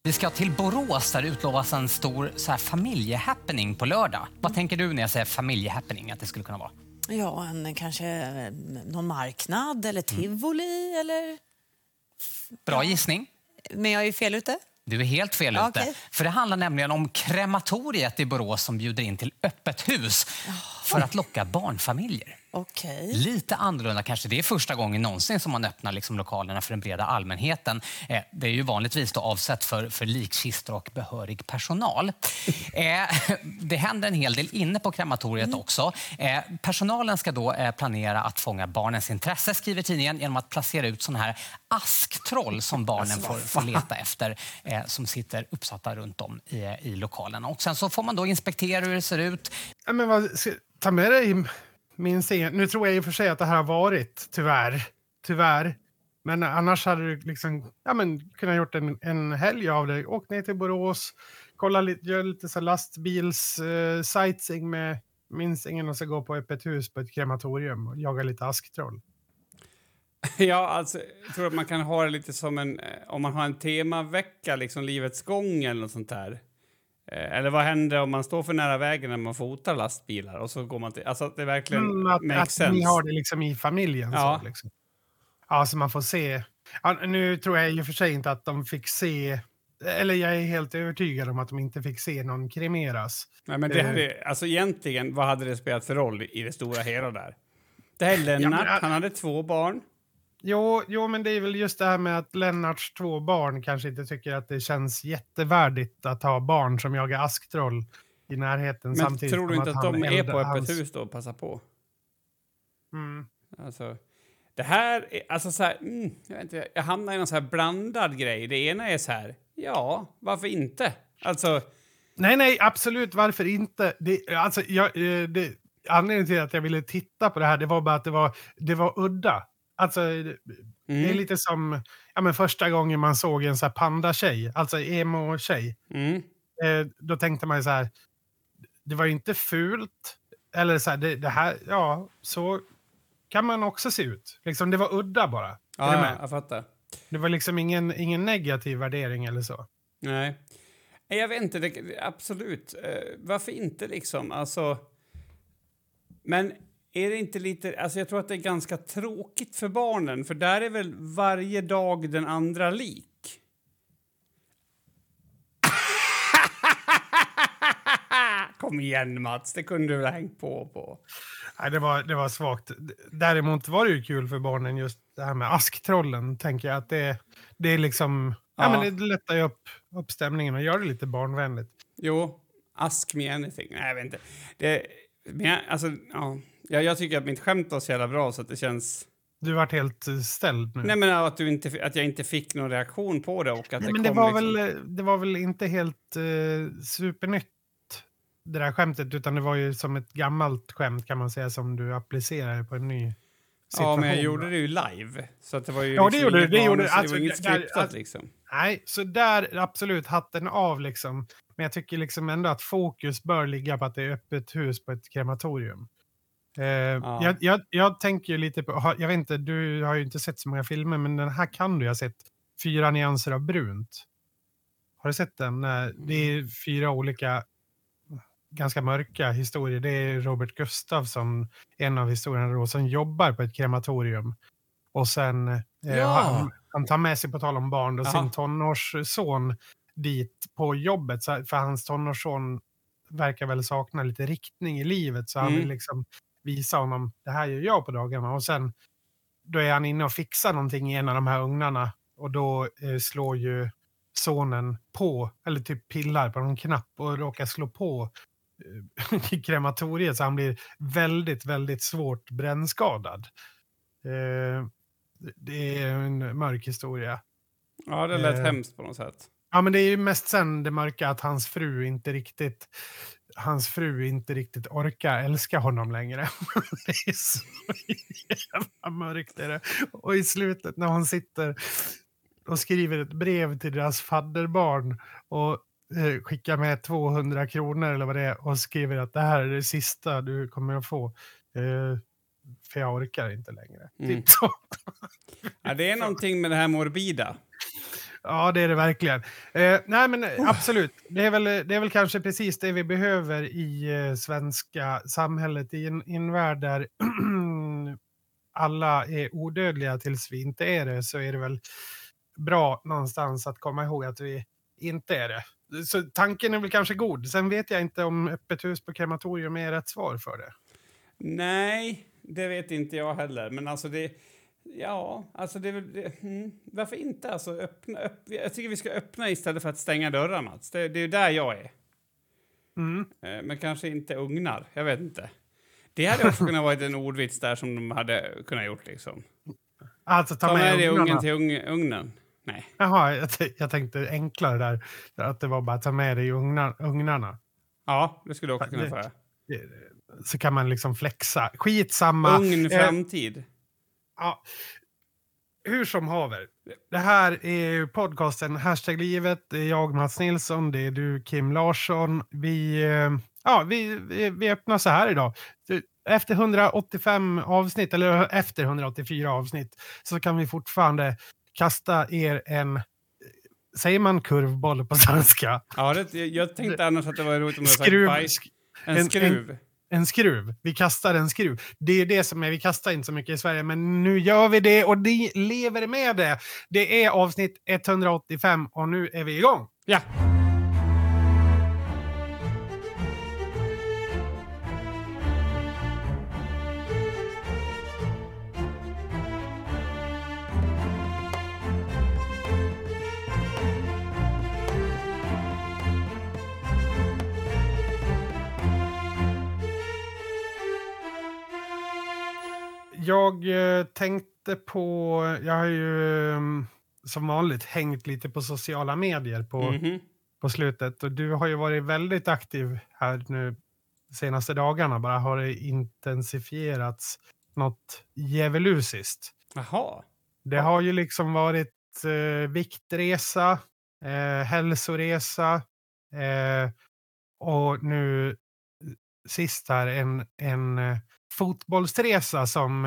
Vi ska till Borås där det utlovas en stor så här familjehappening på lördag. Vad tänker du när jag säger familjehappening att det skulle kunna vara? Ja, kanske någon marknad eller tivoli eller... Bra gissning. Men jag är ju fel ute. Du är helt fel ute. Okej. För det handlar nämligen om krematoriet i Borås som bjuder in till öppet hus för att locka barnfamiljer. Okej. Lite annorlunda kanske. Det är första gången någonsin som man öppnar liksom lokalerna för den breda allmänheten. Det är ju vanligtvis då avsett för likkistor och behörig personal. Det händer en hel del inne på krematoriet också. Personalen ska då planera att fånga barnens intresse, skriver tidningen, genom att placera ut såna här asktroll som barnen får leta efter, som sitter uppsatta runt om i lokalerna. Och sen så får man då inspektera hur det ser ut. Ja, men ta med dig min scen. Nu tror jag i och för sig att det här har varit, tyvärr. Men annars hade du liksom, kunnat gjort en helg av det. Åk ner till Borås, gör lite så lastbils sightseeing med minstingen och så gå på öppet hus på ett krematorium och jaga lite asktroll. Ja, alltså, jag tror att man kan ha det lite som om man har en temavecka, liksom livets gång eller något sånt där. Eller vad händer om man står för nära vägen när man fotar lastbilar och så går man till... Alltså att det verkligen att sense. Ni har det liksom i familjen. Ja. Så, liksom. Ja, så man får se. Ja, nu tror jag i och för sig inte att de fick se... Eller jag är helt övertygad om att de inte fick se någon kremeras. Nej, men det hade, alltså egentligen, vad hade det spelat för roll i det stora hela där? Det här är Lennart, han hade 2 barn. Jo, men det är väl just det här med att Lennarts 2 barn kanske inte tycker att det känns jättevärdigt att ha barn som jagar asktroll i närheten. Men samtidigt tror du inte att de är på öppet hans... hus då och passar på? Mm. Alltså, det här är, alltså så här, jag vet inte, jag hamnar i någon så här blandad grej. Det ena är så här, ja, varför inte? Alltså... Nej, absolut, varför inte? Anledningen till att jag ville titta på det här, det var bara att det var udda. Alltså, det är lite som första gången man såg en så här panda-tjej, alltså emo-tjej. Då tänkte man ju så här, det var ju inte fult. Eller så här, det här, ja, så kan man också se ut. Liksom, det var udda bara. Ja, jag fattar. Det var liksom ingen negativ värdering eller så. Nej. Jag vet inte, absolut. Varför inte liksom? Alltså, men är det inte lite... Alltså jag tror att det är ganska tråkigt för barnen. För där är väl varje dag den andra lik. Kom igen Mats, det kunde du väl ha hängt på. Nej, det var svagt. Däremot var det ju kul för barnen just det här med asktrollen. Tänker jag att det är liksom... Ja, men det lättar ju upp stämningen och gör det lite barnvänligt. Jo, ask me anything. Nej, jag vet inte. Jag tycker att mitt skämt var så jävla bra så att det känns... Du vart helt ställd nu. Nej, men att jag inte fick någon reaktion på det och att men det var väl inte helt supernytt det där skämtet, utan det var ju som ett gammalt skämt kan man säga som du applicerade på en ny situation. Ja, men jag gjorde det ju live. Så att det var ju det gjorde det var inget skriptat liksom. Nej, så där absolut hatten av liksom. Men jag tycker liksom ändå att fokus bör ligga på att det är öppet hus på ett krematorium. Jag tänker ju lite på, jag vet inte, du har ju inte sett så många filmer, men den här kan du ha sett, 4 nyanser av brunt. Har du sett den? Det är 4 olika ganska mörka historier. Det är Robert Gustafsson, en av historierna då, som jobbar på ett krematorium. Och sen han tar med sig, på tal om barn, då, sin tonårsson dit på jobbet. För hans tonårsson verkar väl sakna lite riktning i livet. Så han vill liksom visa honom, det här gör jag på dagarna. Och sen då är han inne och fixar någonting i en av de här ugnarna. Och då slår ju sonen på, eller typ pillar på någon knapp och råkar slå på krematoriet, så han blir väldigt, väldigt svårt brännskadad. Det är en mörk historia. Ja, det lät hemskt på något sätt. Ja, men det är ju mest sen det mörka att hans fru inte riktigt orkar älska honom längre. Det är så jävla mörkt är det. Och i slutet när hon sitter och skriver ett brev till deras fadderbarn och skickar med 200 kronor eller vad det är och skriver att det här är det sista du kommer att få. För jag orkar inte längre. Typ så. Ja, det är någonting med det här morbida. Ja, det är det verkligen. Nej, men absolut. Det är väl kanske precis det vi behöver i svenska samhället. I en värld där alla är odödliga tills vi inte är det, så är det väl bra någonstans att komma ihåg att vi inte är det. Så tanken är väl kanske god. Sen vet jag inte om öppet hus på krematorium är rätt svar för det. Nej, det vet inte jag heller. Men alltså det... Ja, alltså det är väl... Varför inte? Alltså jag tycker vi ska öppna istället för att stänga dörrar, Mats. Det är ju där jag är. Men kanske inte ugnar. Jag vet inte. Det hade också kunnat vara en ordvits där som de hade kunnat gjort liksom. Alltså ta med dig ungen till ugnen. Nej. Jaha, jag tänkte enklare där. Att det var bara att ta med dig ugnarna. Ja, det skulle också kunna vara. Så kan man liksom flexa. Skitsamma. Ugn framtid. Ja. Hur som haver. Det här är podcasten Hashtag livet. Det är jag, Mats Nilsson. Det är du, Kim Larsson. Vi öppnar så här idag. Efter 185 avsnitt, eller efter 184 avsnitt, så kan vi fortfarande kasta er en... Säger man kurvboll på svenska? Ja, jag tänkte annars att det var roligt om jag sagt en skruv. En skruv. Vi kastar en skruv. Det är det som är, vi kastar inte så mycket i Sverige, men nu gör vi det och ni lever med det. Det är avsnitt 185 och nu är vi igång. Ja. Jag tänkte på, jag har ju som vanligt hängt lite på sociala medier på slutet. Och du har ju varit väldigt aktiv här nu senaste dagarna. Bara har det intensifierats något djävulusiskt. Jaha. Det har ju liksom varit viktresa, hälsoresa och nu sist här en fotbollsresa som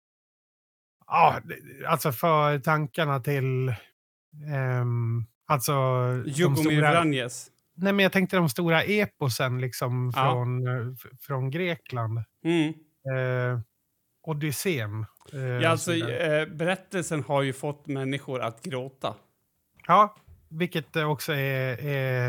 alltså för tankarna till alltså Jugomir Vranjes. Nej, men jag tänkte de stora eposen liksom från Grekland. Odysseen. Ja, alltså berättelsen har ju fått människor att gråta. Ja, vilket också är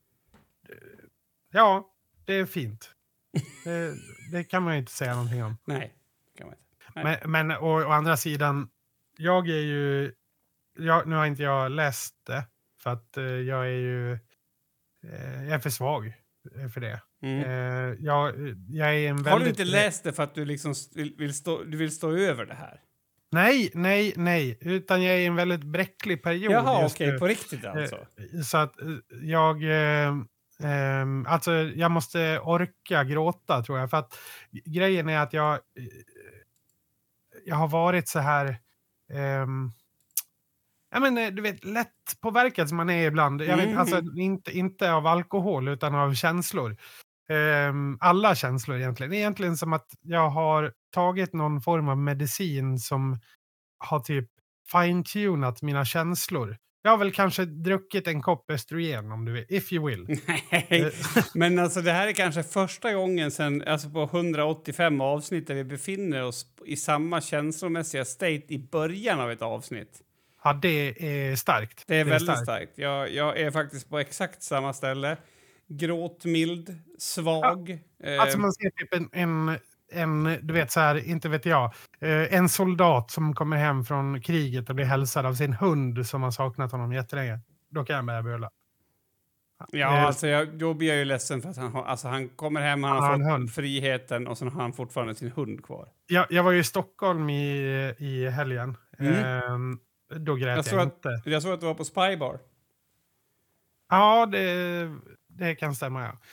ja, det är fint. Det kan man ju inte säga någonting om. Nej, det kan man inte. Nej. Men å andra sidan, jag är ju... nu har inte jag läst det, för att jag är ju... jag är för svag för det. Jag är en väldigt... Har du inte läst det för att du liksom vill stå över det här? Nej. Utan jag är i en väldigt bräcklig period. Jaha, okej. På riktigt alltså? Så att jag... alltså jag måste orka gråta, tror jag. För att grejen är att jag har varit så här... du vet, lätt påverkad som man är ibland. Jag vet, alltså, inte av alkohol utan av känslor. Alla känslor egentligen. Egentligen som att jag har tagit någon form av medicin som har typ fine-tunat mina känslor. Jag har väl kanske druckit en kopp östrogen, om du vill. If you will. Nej, men alltså det här är kanske första gången sen, alltså på 185 avsnitt där vi befinner oss i samma känslomässiga state i början av ett avsnitt. Ja, det är starkt. Det är väldigt starkt. Jag är faktiskt på exakt samma ställe. Gråtmild, svag. Ja, alltså man ser typ en, du vet så här, inte vet jag, en soldat som kommer hem från kriget och blir hälsad av sin hund som har saknat honom jättelänge. Då kan jag börja böla. Ja, alltså då blir jag ju ledsen för att han kommer hem, han har fått friheten och sen har han fortfarande sin hund kvar. Jag var ju i Stockholm i helgen. Då grät jag inte. Jag såg att du var på Spybar. Ja, det kan stämma, ja.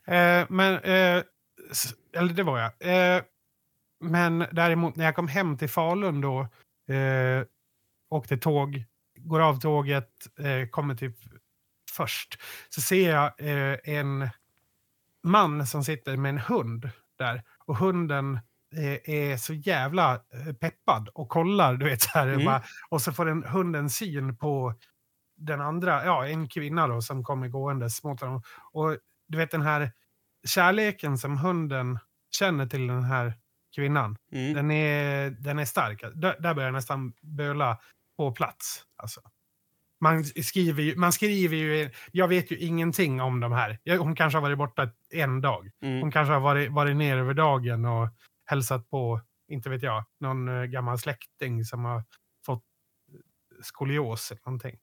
Eller det var jag. Men däremot när jag kom hem till Falun då, åkte tåg, går av tåget, kommer typ först, så ser jag en man som sitter med en hund där. Och hunden är så jävla peppad och kollar, du vet så här. Och så får hunden syn på den andra, ja, en kvinna då som kommer gåendes mot honom. Och du vet den här kärleken som hunden känner till den här kvinnan, den är stark. Där börjar jag nästan böla på plats. Alltså. Man skriver ju, jag vet ju ingenting om de här. Hon kanske har varit borta en dag. Hon kanske har varit ner över dagen och hälsat på, inte vet jag, någon gammal släkting som har fått skolios eller någonting.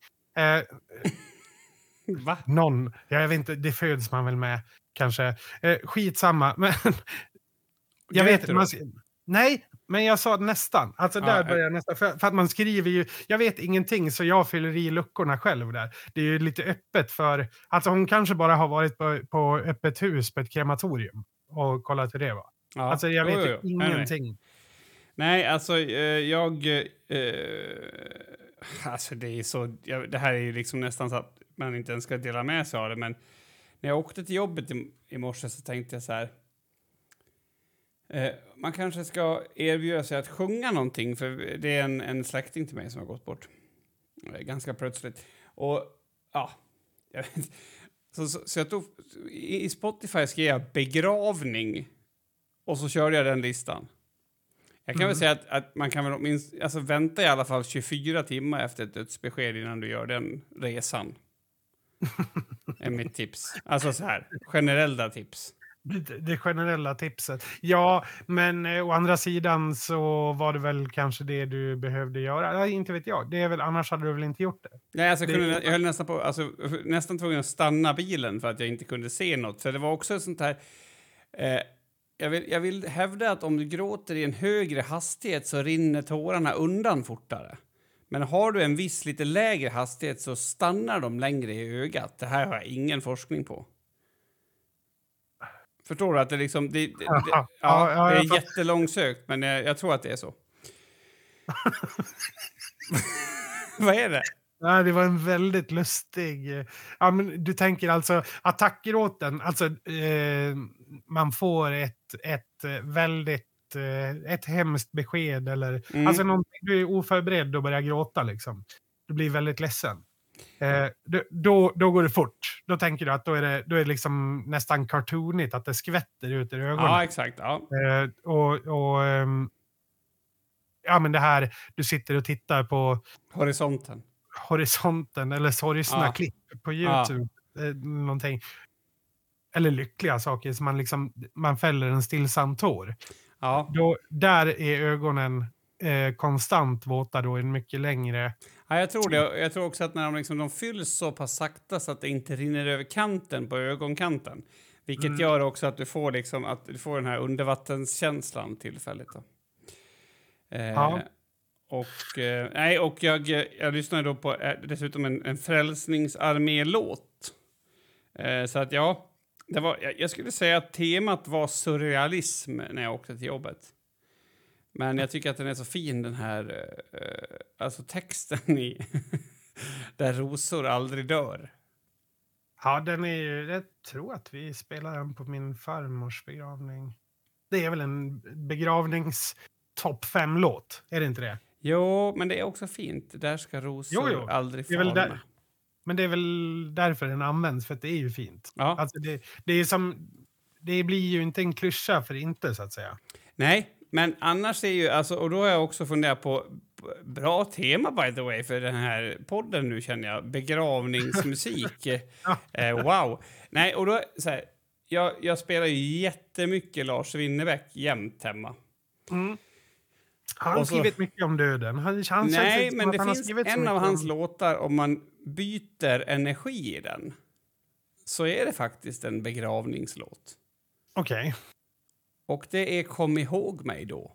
Va? Jag vet inte, det föds man väl med kanske. Skitsamma, men jag vet nej, men jag sa nästan. Alltså där börjar nästan. För att man skriver ju, jag vet ingenting så jag fyller i luckorna själv där. Det är ju lite öppet för, alltså hon kanske bara har varit på öppet hus på ett krematorium och kollat hur det var. Ja. Alltså jag vet ingenting. Nej, alltså alltså det är så, det här är ju liksom nästan så att man inte ens ska dela med sig av det, men när jag åkte till jobbet i morse så tänkte jag så här, man kanske ska erbjuda sig att sjunga någonting, för det är en släkting till mig som har gått bort ganska plötsligt. Och ja, jag vet. Så jag tog, i Spotify skrev jag begravning och så körde jag den listan. Jag kan väl säga att man kan väl minst, alltså vänta i alla fall 24 timmar efter ett dödsbesked innan du gör den resan. Är mitt tips. Alltså så här, generella tips. Det generella tipset. Ja, men å andra sidan så var det väl kanske det du behövde göra. Ja, inte vet jag. Det är väl, annars hade du väl inte gjort det. Nej, alltså, jag höll nästan på, alltså, nästan tvungen att stanna bilen för att jag inte kunde se något. För det var också ett sånt här... Jag vill hävda att om du gråter i en högre hastighet så rinner tårarna undan fortare. Men har du en viss lite lägre hastighet så stannar de längre i ögat. Det här har jag ingen forskning på. Förstår du att det liksom... Det är jättelångsökt, men jag tror att det är så. Vad är det? Ja, det var en väldigt lustig... Ja, men du tänker alltså attackgråten. Alltså, man får ett väldigt... ett hemskt besked. Eller, alltså du är oförberedd och börjar gråta. Liksom. Du blir väldigt ledsen. Då går det fort. Då tänker du att då är det liksom nästan cartoonigt att det skvätter ut ur ögonen. Ja, exakt. Ja. Ja, men det här, du sitter och tittar på horisonten eller sorgsna klipp på YouTube. Någonting. Eller lyckliga saker som man fäller en stillsam tår. Ja. Där är ögonen konstant våta då en mycket längre... Ja, jag tror det. Jag tror också att när de fylls så pass sakta så att det inte rinner över kanten på ögonkanten. Vilket gör också att du får den här undervattenskänslan tillfälligt då. Och jag lyssnade då på dessutom en Frälsningsarmé-låt. Så att jag skulle säga att temat var surrealism när jag åkte till jobbet. Men jag tycker att den är så fin, den här alltså texten i där rosor aldrig dör. Ja, den är ju, jag tror att vi spelar den på min farmors begravning. Det är väl en begravnings topp 5-låt, är det inte det? Jo, men det är också fint. Där ska rosor aldrig falna. Men det är väl därför den används, för att det är ju fint. Ja. Alltså det blir ju inte en klyscha för inte, så att säga. Nej, men annars är ju, alltså, och då har jag också funderat på, bra tema by the way för den här podden nu känner jag, begravningsmusik. Wow. Nej, och då så här, jag spelar ju jättemycket Lars Winnerbäck jämt hemma. Har han skrivit mycket om döden? Nej, men det finns en av hans låtar, om man byter energi i den så är det faktiskt en begravningslåt. Okej. Och det är Kom ihåg mig då.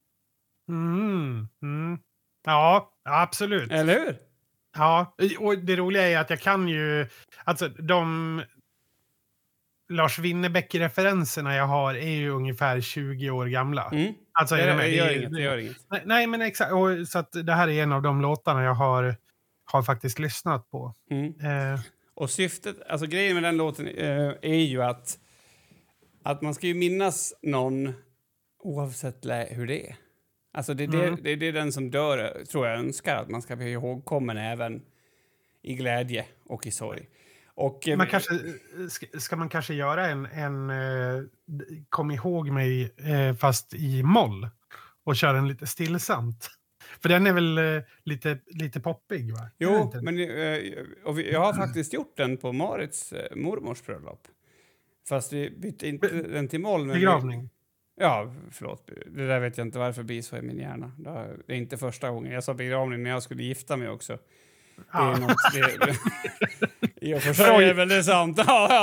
Ja, absolut. Eller hur? Ja, och det roliga är att jag kan ju... Alltså, Lars Winnerbäck-referenserna jag har är ju ungefär 20 år gamla. Alltså, det gör inget. Nej, men exakt. Så att det här är en av de låtarna jag har faktiskt lyssnat på. Och syftet, alltså grejen med den låten är ju att man ska ju minnas någon oavsett hur det är. Alltså det är den som dör, tror jag önskar, att man ska bli ihågkommen även i glädje och i sorg. Och, Ska man kanske göra en kom ihåg mig fast i moll och köra en lite stillsamt? För den är väl lite poppig, va? Jo, men jag har faktiskt gjort den på Marits mormors bröllop. Fast vi bytte inte den till moll. Begravning? Ja, förlåt. Det där vet jag inte varför det blir så i min hjärna. Det är inte första gången. Jag sa begravning när jag skulle gifta mig också. Det är något... I och för sig är väl det sant.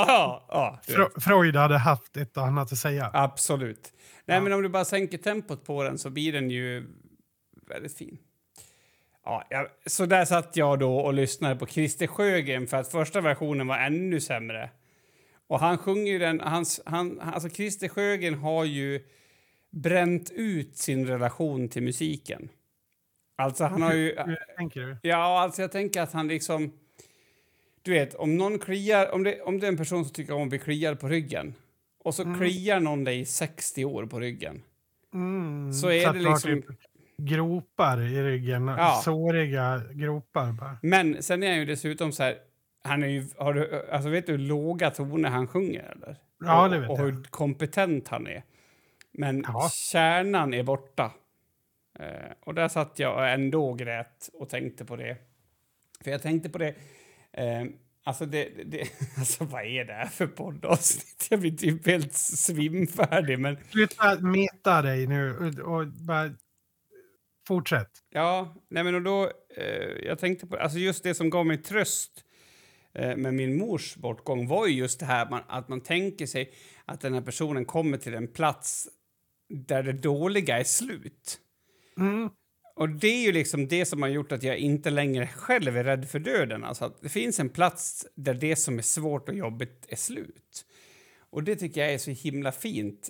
Freud hade haft ett och annat att säga. Absolut. Nej, men om du bara sänker tempot på den så blir den ju väldigt fin. Ja, så där satt jag då och lyssnade på Christer Sjögren för att första versionen var ännu sämre. Och han sjunger ju den... Alltså Christer Sjögren har ju bränt ut sin relation till musiken. Alltså han har ju... Hur tänker du? Ja, alltså jag tänker att han liksom... Du vet, om någon kliar... Om det är en person som tycker om att bli kliad på ryggen och så kliar någon dig i 60 år på ryggen. Så är så det liksom... Typ gropar i ryggen. Såriga gropar bara. Men sen är han ju dessutom så här... Han är ju... Alltså vet du hur låga toner han sjunger, eller? Ja, det vet jag. Och hur kompetent han är. Men kärnan är borta. Och där satt jag och ändå grät och tänkte på det. För jag tänkte på det... Alltså, alltså vad är det här för poddavsnitt? Jag blir typ helt svimfärdig. Men... Sluta meta dig nu och bara fortsätt. Ja, nej men och då... jag tänkte på... Alltså just det som gav mig tröst med min mors bortgång var ju just det här att man tänker sig att den här personen kommer till en plats där det dåliga är slut. Och det är ju liksom det som har gjort att jag inte längre själv är rädd för döden. Alltså att det finns en plats där det som är svårt och jobbigt är slut. Och det tycker jag är så himla fint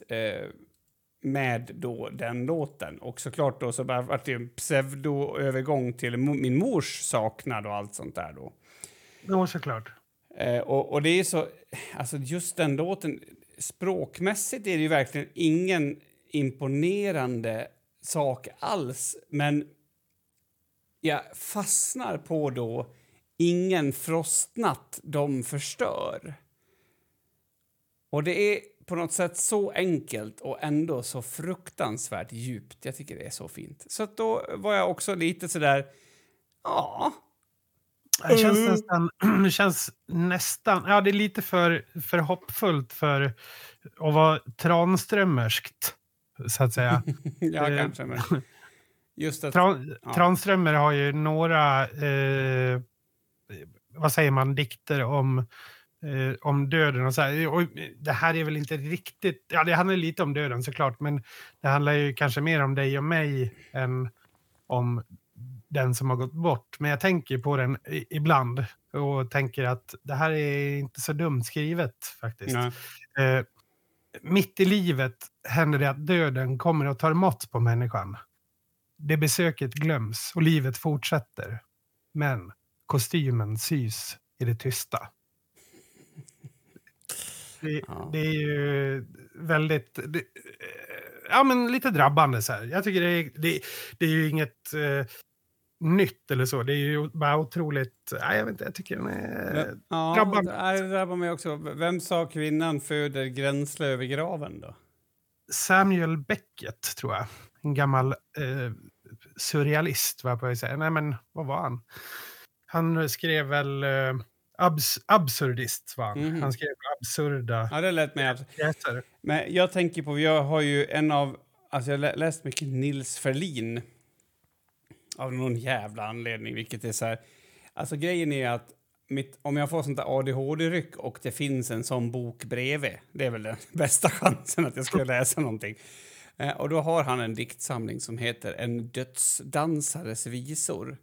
med då den låten. Och såklart då så var det en pseudo-övergång till min mors saknad och allt sånt där då. Ja, såklart. Och det är så... Alltså just den låten... Språkmässigt är det ju verkligen ingen imponerande sak alls. Men jag fastnar på då ingen frostnatt de förstör. Och det är på något sätt så enkelt och ändå så fruktansvärt djupt. Jag tycker det är så fint. Så att då var jag också lite sådär... Ja... Det känns nästan... Ja, det är lite för hoppfullt för att vara tranströmmerskt, så att säga. Ja, kanske. Men just att, Tranströmer har ju några... vad säger man? Dikter om döden och så här. Och det här är väl inte riktigt... Ja, det handlar lite om döden såklart, men det handlar ju kanske mer om dig och mig än om den som har gått bort. Men jag tänker på den ibland och tänker att det här är inte så dumt skrivet faktiskt. Mitt i livet händer det att döden kommer och tar mått på människan. Det besöket glöms och livet fortsätter. Men kostymen sys i det tysta. Det är ju väldigt... ja, men lite drabbande så här. Jag tycker det är ju inget... nytt eller så. Det är ju bara otroligt... Nej, jag vet inte, jag tycker den är drabbande. Det drabbar mig också. Vem sa kvinnan föder Gränsle över graven då? Samuel Beckett, tror jag. En gammal surrealist, vad jag säga. Nej, men vad var han? Han skrev väl... absurdist, var han. Han skrev absurda... Ja, det lät mig. Men jag tänker på... Jag har ju alltså jag har läst mycket Nils Ferlin. Av någon jävla anledning, vilket är så här... Alltså grejen är att om jag får sånt där ADHD-ryck och det finns en sån bok bredvid, det är väl den bästa chansen att jag ska läsa någonting. Och då har han en diktsamling som heter En dödsdansares visor.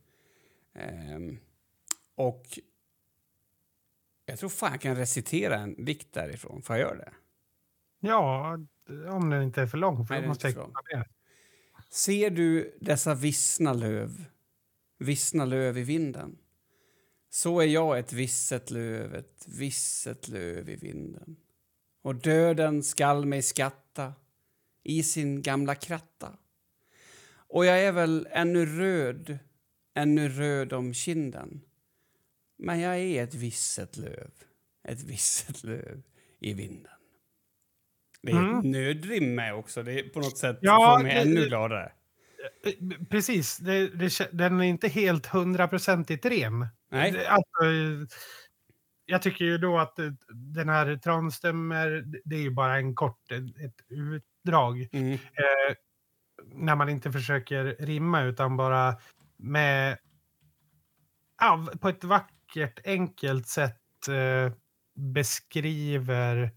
Och jag tror fan jag kan recitera en dikt därifrån. Får jag göra det? Ja, om den inte är för lång. För Nej, måste jag det. Ser du dessa vissna löv i vinden? Så är jag ett visset löv i vinden. Och döden skall mig skatta i sin gamla kratta. Och jag är väl ännu röd om kinden. Men jag är ett visset löv. Ett visset löv i vinden. Det är ett nödrim med också. Det är på något sätt får mig ännu gladare. Precis. Den är inte helt 100% ren. Nej. Jag tycker ju då att den här Tranströmer, det är ju bara ett utdrag. När man inte försöker rimma utan bara på ett vackert, enkelt sätt beskriver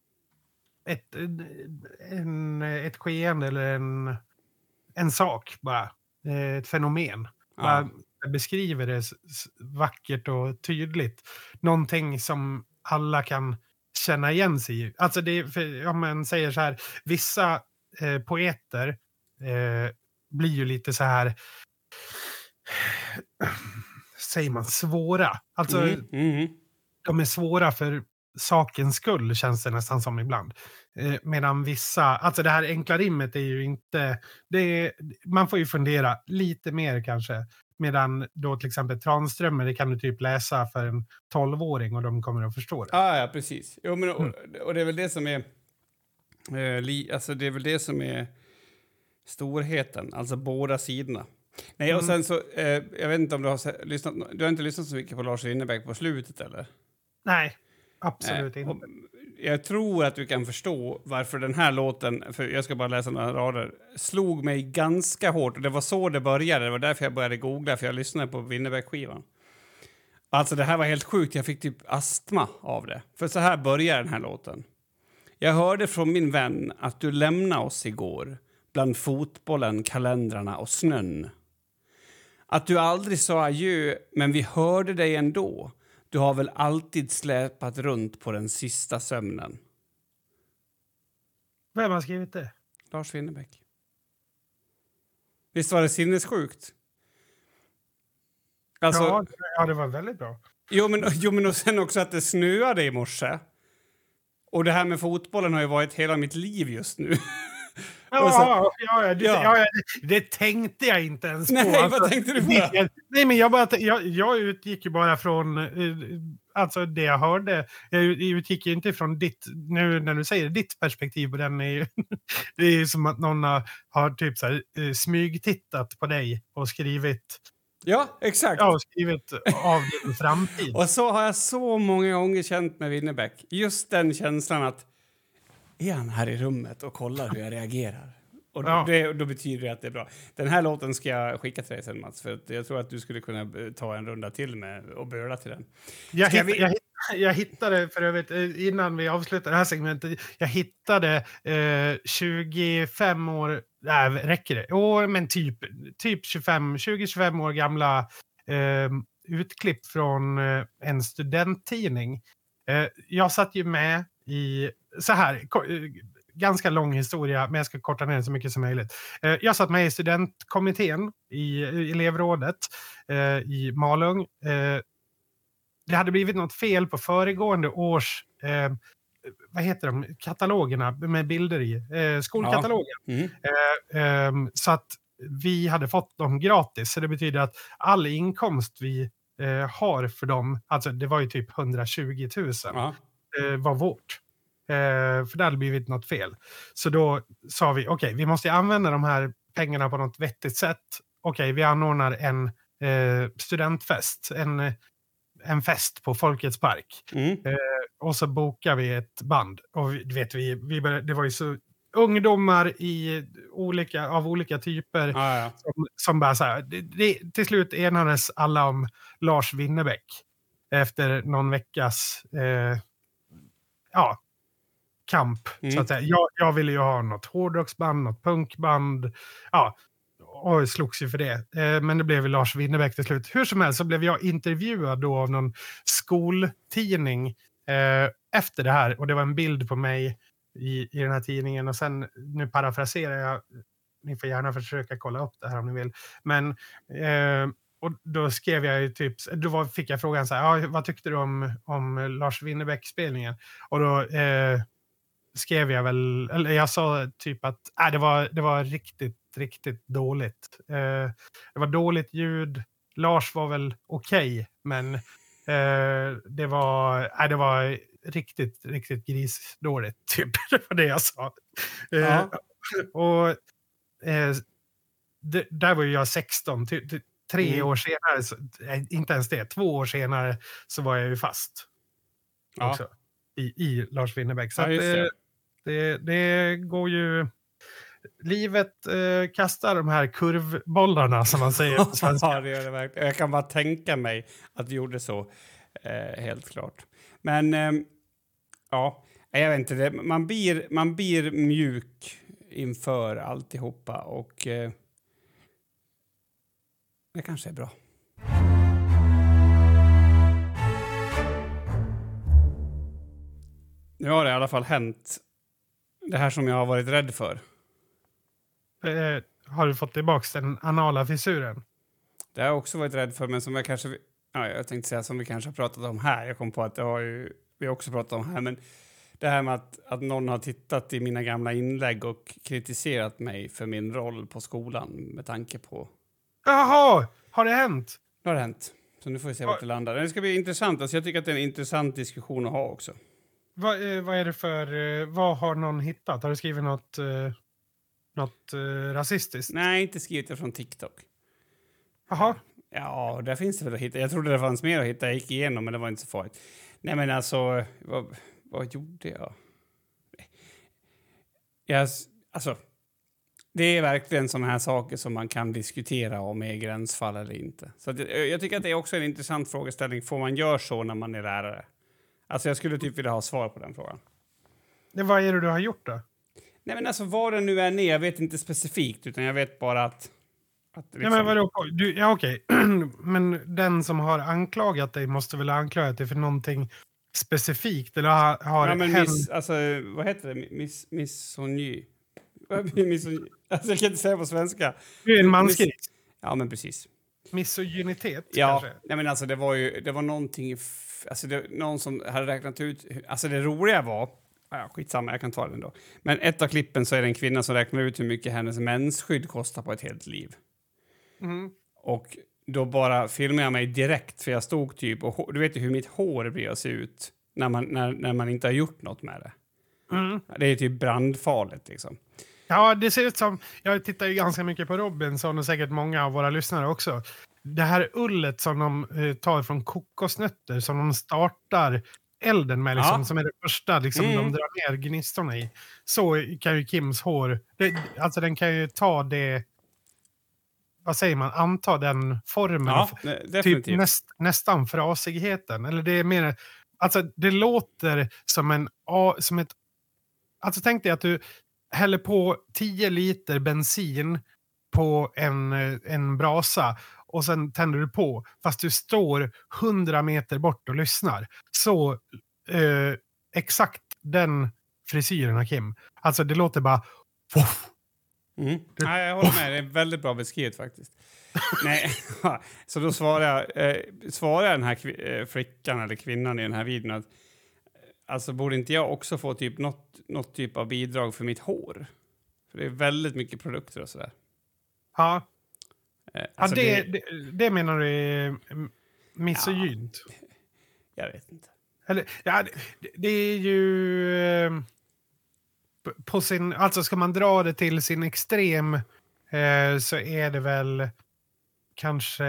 ett skeende eller en sak bara. Ett fenomen. Bara beskriver det vackert och tydligt. Någonting som alla kan känna igen sig i. Alltså om man säger så här, vissa poeter blir ju lite så här, säger man, svåra. Alltså de är svåra för sakens skull, känns det nästan som ibland. Medan vissa, alltså det här enkla rimmet är ju inte, man får ju fundera lite mer kanske. Medan då till exempel Tranströmer, det kan du typ läsa för en 12-åring och de kommer att förstå det. Ja, precis. Jo, men, och det är väl det som är alltså det är väl det som är storheten, alltså båda sidorna. Nej, och sen så, jag vet inte om du har inte lyssnat så mycket på Lars Winnerbäck på slutet, eller? Nej, absolut inte. Jag tror att du kan förstå varför den här låten, för jag ska bara läsa några rader, slog mig ganska hårt. Och det var så det började, det var därför jag började googla, för jag lyssnade på Winnerbäck-skivan. Alltså det här var helt sjukt, jag fick typ astma av det. För så här börjar den här låten. Jag hörde från min vän att du lämnade oss igår, bland fotbollen, kalendrarna och snön. Att du aldrig sa adjö, men vi hörde dig ändå. Du har väl alltid släpat runt på den sista sömnen. Vem har skrivit det? Lars Winnerbäck. Visst var det sinnessjukt? Alltså, ja, det var väldigt bra. Jo, men och sen också att det snöade i morse. Och det här med fotbollen har ju varit hela mitt liv just nu. Det tänkte jag inte ens på. Nej, vad tänkte du på? Nej, men jag utgick ju bara från alltså det jag hörde. Jag utgick ju inte från ditt, nu när du säger ditt perspektiv, och den är ju, det är ju som att någon har typ så här, smygtittat på dig och skrivit. Ja, exakt. Ja, och skrivit av din framtid. Och så har jag så många gånger känt med Winnerbäck. Just den känslan att är han här i rummet och kollar hur jag reagerar? Och då betyder det att det är bra. Den här låten ska jag skicka till dig sen, Mats. För att jag tror att du skulle kunna ta en runda till med och böla till den. Jag hittade för övrigt, innan vi avslutar det här segmentet, jag hittade 25 år, nej, räcker det? Men typ 20-25 år gamla utklipp från en studenttidning. Jag satt ju med i, så här, ganska lång historia, men jag ska korta ner så mycket som möjligt. Jag satt med i studentkommittén i elevrådet i Malung. Det hade blivit något fel på föregående års vad heter de? Katalogerna med bilder i. Skolkatalogen. Ja. Så att vi hade fått dem gratis. Så det betyder att all inkomst vi har för dem, alltså det var ju typ 120 000, var vårt. För det hade blivit något fel. Så då sa vi, okej, vi måste använda de här pengarna på något vettigt sätt. Okej, vi anordnar en studentfest. En fest på Folkets park. Och så bokar vi ett band. Och du vet, det var ju så ungdomar av olika typer som bara så här, till slut enades alla om Lars Winnerbäck efter någon veckas kamp, så att säga. Jag ville ju ha något hårdrocksband, något punkband, och slogs ju för det. Men det blev ju Lars Winnerbäck till slut. Hur som helst så blev jag intervjuad då av någon skoltidning efter det här. Och det var en bild på mig i den här tidningen. Och sen, nu parafraserar jag, ni får gärna försöka kolla upp det här om ni vill. Men, och då skrev jag ju typ, då fick jag frågan så här, vad tyckte du om Lars Winnerbäck-spelningen? Och då skrev jag väl, eller jag sa typ att det var riktigt dåligt. Det var dåligt ljud. Lars var väl okej, men Det var riktigt, riktigt grisdåligt. Typ. Det var det jag sa. Och där var ju jag 16. 3 år senare, inte ens det, 2 år senare så var jag ju fast. Också. I Lars Winnerbäck. Så det går ju... Livet kastar de här kurvbollarna som man säger på svenska. Ja, det gör det verkligen. Jag kan bara tänka mig att det gjorde så. Helt klart. Men ja, jag vet inte. Man blir mjuk inför alltihopa och det kanske är bra. Nu har det i alla fall hänt det här som jag har varit rädd för. Har du fått tillbaka den anala fissuren? Det har jag också varit rädd för, men som jag kanske... Ja, jag tänkte säga som vi kanske har pratat om här. Jag kom på att det har ju vi också pratat om här, men det här med att någon har tittat i mina gamla inlägg och kritiserat mig för min roll på skolan med tanke på... Jaha! Har det hänt? Det har hänt. Så nu får vi se vart det landar. Det ska bli intressant. Alltså jag tycker att det är en intressant diskussion att ha också. Vad är det för... vad har någon hittat? Har du skrivit något rasistiskt? Nej, inte skrivit det från TikTok. Jaha. Ja, där finns det väl att hitta. Jag trodde det fanns mer att hitta. Jag gick igenom, men det var inte så farligt. Nej, men alltså... Vad gjorde jag? Alltså... Det är verkligen sådana här saker som man kan diskutera om är gränsfall eller inte. Så jag tycker att det är också en intressant frågeställning. Får man göra så när man är lärare? Alltså jag skulle typ vilja ha svar på den frågan. Vad är det du har gjort då? Nej men alltså vad det nu är jag vet inte specifikt utan jag vet bara att liksom... Ja men vadå? Okej. Men den som har anklagat dig måste väl ha anklagat dig för någonting specifikt? Eller har ja men alltså vad heter det? Misogyni. Alltså jag kan inte säga på svenska. Det är en mansgris. Ja men precis. Misogynitet ja, kanske? Nej men alltså det var någonting... Alltså någon som hade räknat ut... Alltså det roliga var... Ja, skitsamma, jag kan ta den då. Men ett av klippen så är det en kvinna som räknar ut hur mycket hennes mensskydd kostar på ett helt liv. Mm. Och då bara filmade jag mig direkt för jag stod typ... Och du vet ju hur mitt hår blir att se ut när man inte har gjort något med det. Mm. Det är typ brandfarligt liksom. Ja, det ser ut som... Jag tittar ju ganska mycket på Robinson och säkert många av våra lyssnare också. Det här ullet som de tar från kokosnötter som de startar elden med, liksom, som är det första liksom, de drar ner gnistorna i. Så kan ju Kims hår... alltså den kan ju ta det... Vad säger man? Anta den formen. Ja, definitivt. Typ nästan frasigheten. Eller det är mer... Alltså det låter som ett... Alltså tänk dig att du häller på 10 liter bensin på en brasa och sen tänder du på fast du står 100 meter bort och lyssnar. Så exakt den frisyren av Kim. Alltså det låter bara... Nej, jag håller med. Det är väldigt bra beskrivet faktiskt. Nej, så då svarar den här flickan eller kvinnan i den här videon att alltså borde inte jag också få typ något typ av bidrag för mitt hår? För det är väldigt mycket produkter och sådär. Ja. Alltså det menar du är misogynt? Ja, jag vet inte. Eller, ja, det är ju... på sin, alltså ska man dra det till sin extrem så är det väl kanske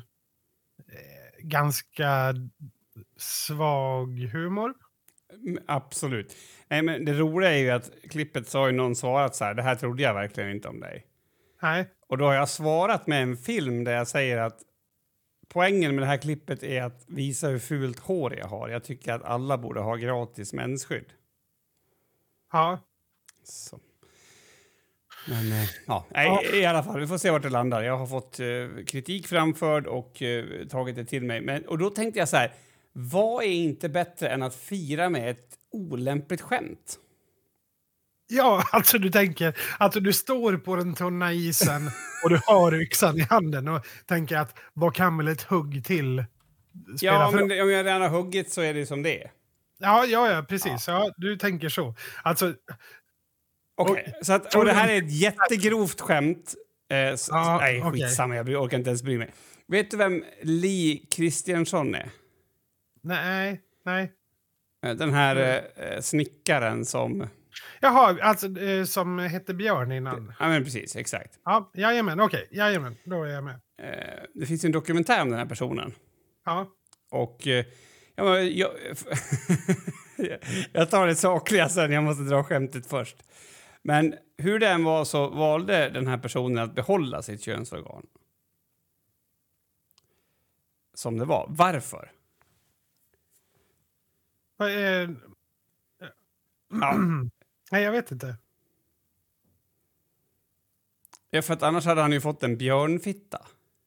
ganska svag humor. Absolut. Nej, men det roliga är ju att klippet så har ju någon svarat så här, det här trodde jag verkligen inte om dig. Nej. Och då har jag svarat med en film där jag säger att poängen med det här klippet är att visa hur fult hår jag har. Jag tycker att alla borde ha gratis mensskydd. Ja. Så. Men ja, i alla fall, vi får se vart det landar. Jag har fått kritik framförd och tagit det till mig. Och då tänkte jag så här, vad är inte bättre än att fira med ett olämpligt skämt? Ja, alltså du tänker att du står på den tunna isen och du har yxan i handen och tänker att vad kan väl ett hugg till spela ja, för? Men om jag redan har huggit så är det som det är. Ja, precis. Ja, du tänker så. Alltså... Okej, så att, och det här är ett jättegrovt skämt. Nej, skitsamma, jag orkar inte ens bry mig. Vet du vem Lee Kristiansson är? Nej. Den här snickaren som... Jaha, alltså som hette Björn innan. Ja, men precis, exakt. Ja, jajamän, okej. Jajamän, då är jag med. Det finns ju en dokumentär om den här personen. Ja. Och jag tar det sakliga sen, jag måste dra skämtet först. Men hur det än var så valde den här personen att behålla sitt könsorgan. Som det var. Varför? Ja. Nej, jag vet inte. Ja, för att annars hade han ju fått en björnfitta.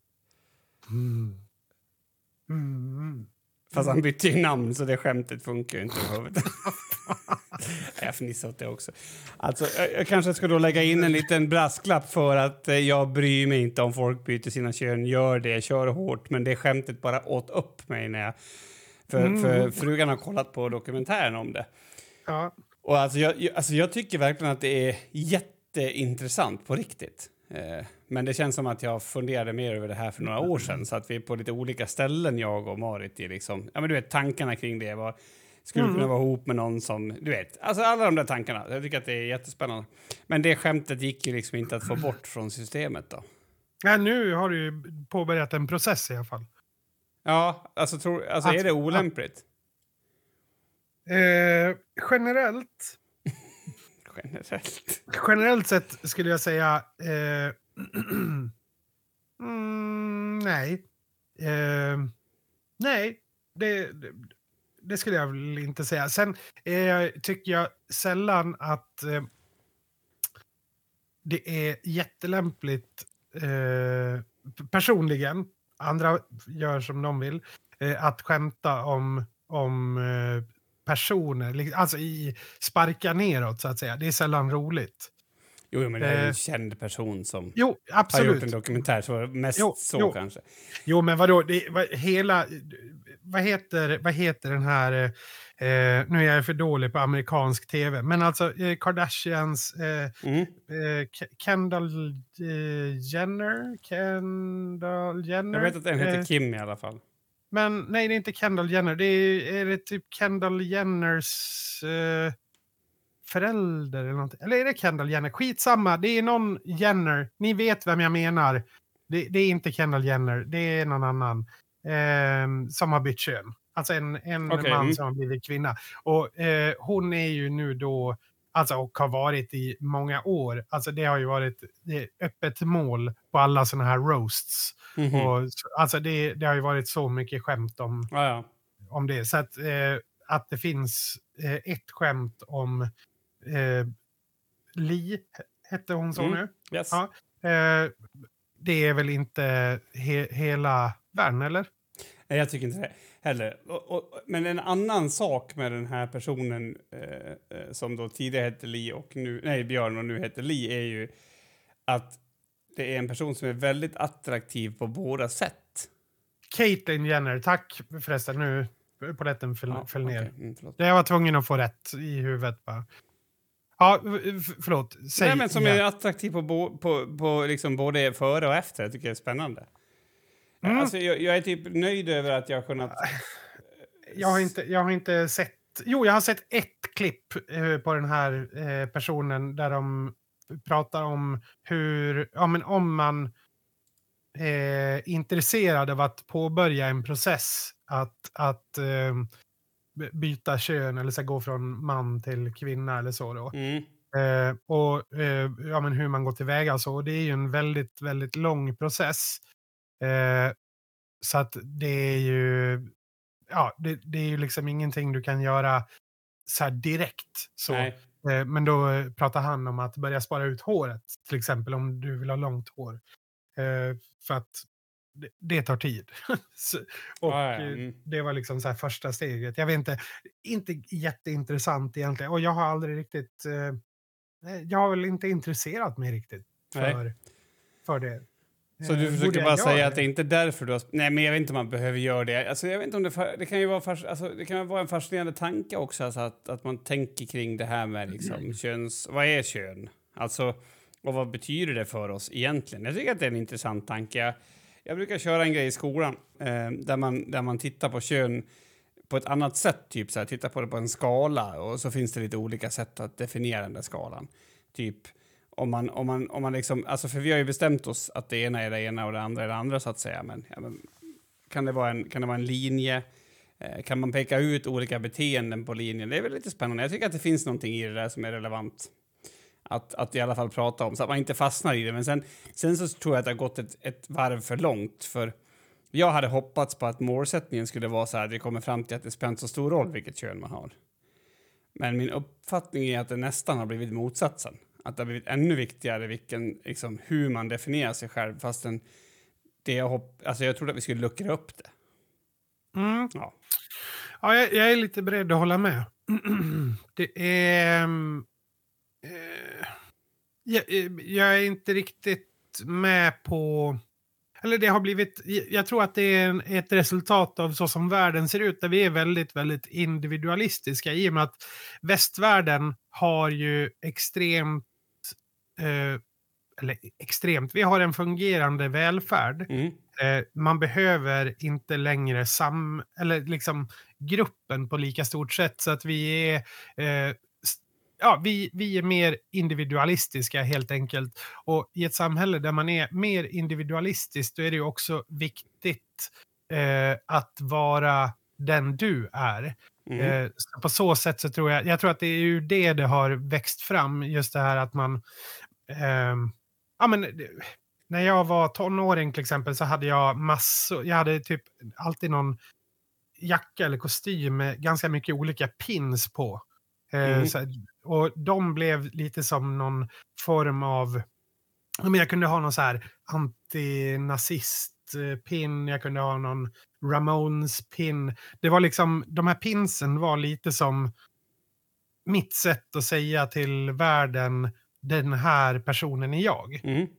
Fast han bytte ju namn så det skämtet funkar ju inte överhuvudtaget. Jag fnissar åt det också. Alltså, jag kanske ska då lägga in en liten brasklapp för att jag bryr mig inte om folk byter sina kön. Gör det, kör hårt. Men det skämtet bara åt upp mig när jag... För frugan har kollat på dokumentären om det. Ja. Och alltså jag tycker verkligen att det är jätteintressant på riktigt. Men det känns som att jag funderade mer över det här för några år sedan. Så att vi är på lite olika ställen, jag och Marit, är liksom... Ja, men du vet, tankarna kring det var... Skulle kunna vara ihop med någon som... Du vet, alltså alla de där tankarna. Jag tycker att det är jättespännande. Men det skämtet gick ju liksom inte att få bort från systemet då. Ja, nu har du ju påbörjat en process i alla fall. Ja, alltså är det olämpligt? Generellt... Generellt sett skulle jag säga... nej. Nej, det skulle jag väl inte säga. Sen tycker jag sällan att det är jättelämpligt personligen, andra gör som de vill, att skämta om personer, alltså sparka neråt så att säga. Det är sällan roligt. Jo, men det är en känd person som absolut har gjort en dokumentär, så mest kanske. Jo, men vadå? Vad heter den här... nu är jag för dålig på amerikansk tv. Men alltså Kardashians... Kendall Jenner? Jag vet att den heter Kim i alla fall. Men nej, det är inte Kendall Jenner. Det är typ Kendall Jenners... förälder eller någonting. Eller är det Kendall Jenner? Skitsamma, det är någon Jenner. Ni vet vem jag menar. Det är inte Kendall Jenner, det är någon annan som har bytt kön. Alltså en man som har blivit kvinna. Och hon är ju nu då, alltså, och har varit i många år. Alltså det har ju varit öppet mål på alla såna här roasts. Och, alltså det har ju varit så mycket skämt om det. Så att det finns ett skämt om Li, hette hon så nu? Yes. Ja, det är väl inte hela världen, eller? Nej, jag tycker inte det heller. Men en annan sak med den här personen som då tidigare hette Li och Björn och nu heter Li, är ju att det är en person som är väldigt attraktiv på båda sätt. Caitlyn Jenner, tack förresten, nu polletten föll ner. Okay. Jag var tvungen att få rätt i huvudet bara. Ja, förlåt. Säg. Nej, men som är attraktiv på liksom både före och efter. Jag tycker det är spännande. Alltså, jag är typ nöjd över att jag har kunnat... Jag har inte sett... Jo, jag har sett ett klipp på den här personen där de pratar om hur... Ja, men om man är intresserad av att påbörja en process att byta kön eller så gå från man till kvinna eller så då. Men hur man går tillväga och så. Och det är ju en väldigt, väldigt lång process. Så att det är ju... Ja, det är ju liksom ingenting du kan göra så här direkt. Så. Men då pratar han om att börja spara ut håret. Till exempel om du vill ha långt hår. För att det tar tid. Och det var liksom så här första steget. Jag vet inte jätteintressant egentligen. Och jag har aldrig riktigt... jag har väl inte intresserat mig riktigt för det. Så du försöker bara säga att det är inte därför du har... Nej, men jag vet inte om man behöver göra det. Alltså, jag vet inte om det kan ju vara en fascinerande tanke också. Alltså, att man tänker kring det här med liksom, vad är kön? Alltså, och vad betyder det för oss egentligen? Jag tycker att det är en intressant tanke. Jag brukar köra en grej i skolan där man tittar på kön på ett annat sätt. Typ så här, titta på det på en skala och så finns det lite olika sätt att definiera den där skalan. Typ om man liksom, alltså för vi har ju bestämt oss att det ena är det ena och det andra är det andra så att säga. Men kan det vara en linje? Kan man peka ut olika beteenden på linjen? Det är väl lite spännande. Jag tycker att det finns någonting i det där som är relevant att i alla fall prata om så att man inte fastnar i det. Men sen så tror jag att det har gått ett varv för långt. För jag hade hoppats på att målsättningen skulle vara så här att vi kommer fram till att det spelar inte så stor roll vilket kön man har. Men min uppfattning är att det nästan har blivit motsatsen. Att det har blivit ännu viktigare liksom, hur man definierar sig själv. Fastän jag trodde att vi skulle luckra upp det. Mm. Ja. Ja, jag är lite beredd att hålla med. Det är... jag är inte riktigt med på... Eller det har blivit... Jag tror att det är ett resultat av så som världen ser ut. Där vi är väldigt, väldigt individualistiska. I och med att västvärlden har ju extremt... vi har en fungerande välfärd. Man behöver inte längre gruppen på lika stort sätt. Så att vi är... vi är mer individualistiska helt enkelt. Och i ett samhälle där man är mer individualistisk då är det ju också viktigt att vara den du är. Så på så sätt så tror jag att det är ju det har växt fram, just det här att man när jag var tonåring till exempel så hade jag hade typ alltid någon jacka eller kostym med ganska mycket olika pins på. Och de blev lite som någon form av... jag kunde ha någon så här antinazist-pin, jag kunde ha någon Ramones-pin. Det var liksom, de här pinsen var lite som mitt sätt att säga till världen, den här personen är jag.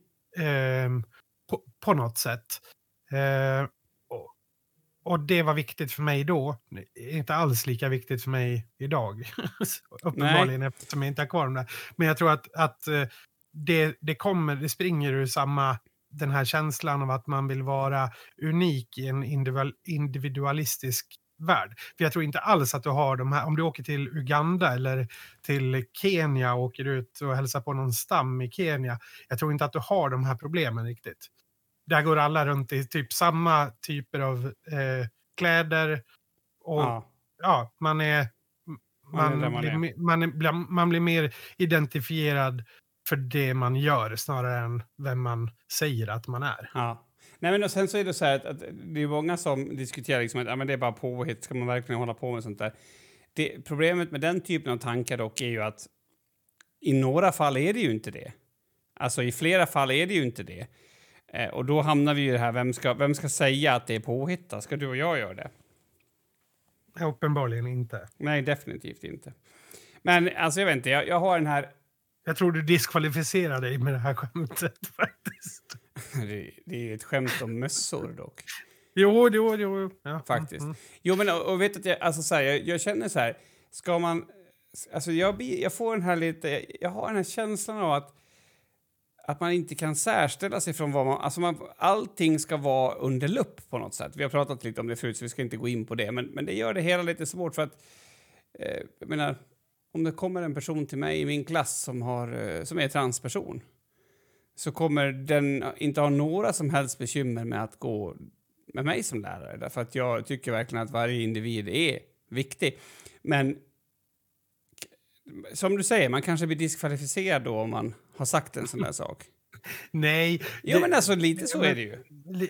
På något sätt. Och det var viktigt för mig då. Inte alls lika viktigt för mig idag. Uppenbarligen eftersom jag inte har kvar dem där. Men jag tror att det springer ur den här känslan av att man vill vara unik i en individualistisk värld. För jag tror inte alls att du har de här, om du åker till Uganda eller till Kenya och åker ut och hälsar på någon stam i Kenya. Jag tror inte att du har de här problemen riktigt. Där går alla runt i typ samma typer av kläder. Och man blir mer identifierad för det man gör snarare än vem man säger att man är. Ja. Nej, men och sen så är det så här att det är många som diskuterar liksom att men det är bara påhitt, ska man verkligen hålla på med sånt där? Problemet med den typen av tankar dock är ju att i några fall är det ju inte det. Alltså i flera fall är det ju inte det. Och då hamnar vi ju här, vem ska säga att det är påhitta? Ska du och jag göra det? Uppenbarligen inte. Nej, definitivt inte. Men alltså jag vet inte, jag har den här... Jag tror du diskvalificerar dig med det här skämtet faktiskt. Det är ju ett skämt om mössor dock. Jo. Ja. Faktiskt. Jo, men och vet att jag känner så här, ska man... Alltså jag får den här lite... Jag har den här känslan av att man inte kan särställa sig från vad man... Alltså allting ska vara under lupp på något sätt. Vi har pratat lite om det förut så vi ska inte gå in på det. Men det gör det hela lite svårt för att... jag menar, om det kommer en person till mig i min klass som är transperson så kommer den inte ha några som helst bekymmer med att gå med mig som lärare. Därför att jag tycker verkligen att varje individ är viktig. Men som du säger, man kanske blir diskvalificerad då om man har sagt en sån där sak. Nej. Jo, men alltså lite så är det ju.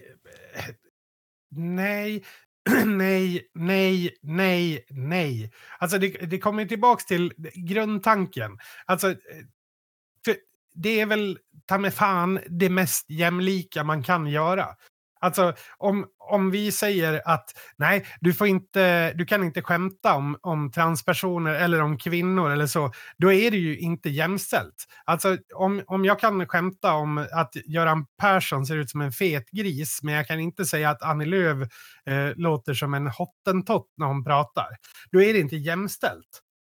Nej. Alltså det kommer tillbaks till grundtanken. Alltså det är väl ta med fan det mest jämlika man kan göra. Alltså om vi säger att nej, du kan inte skämta om transpersoner eller om kvinnor eller så, då är det ju inte jämställt. Alltså om jag kan skämta om att Göran Persson ser ut som en fet gris, men jag kan inte säga att Annie Lööf låter som en hottentott när hon pratar, då är det inte jämställt.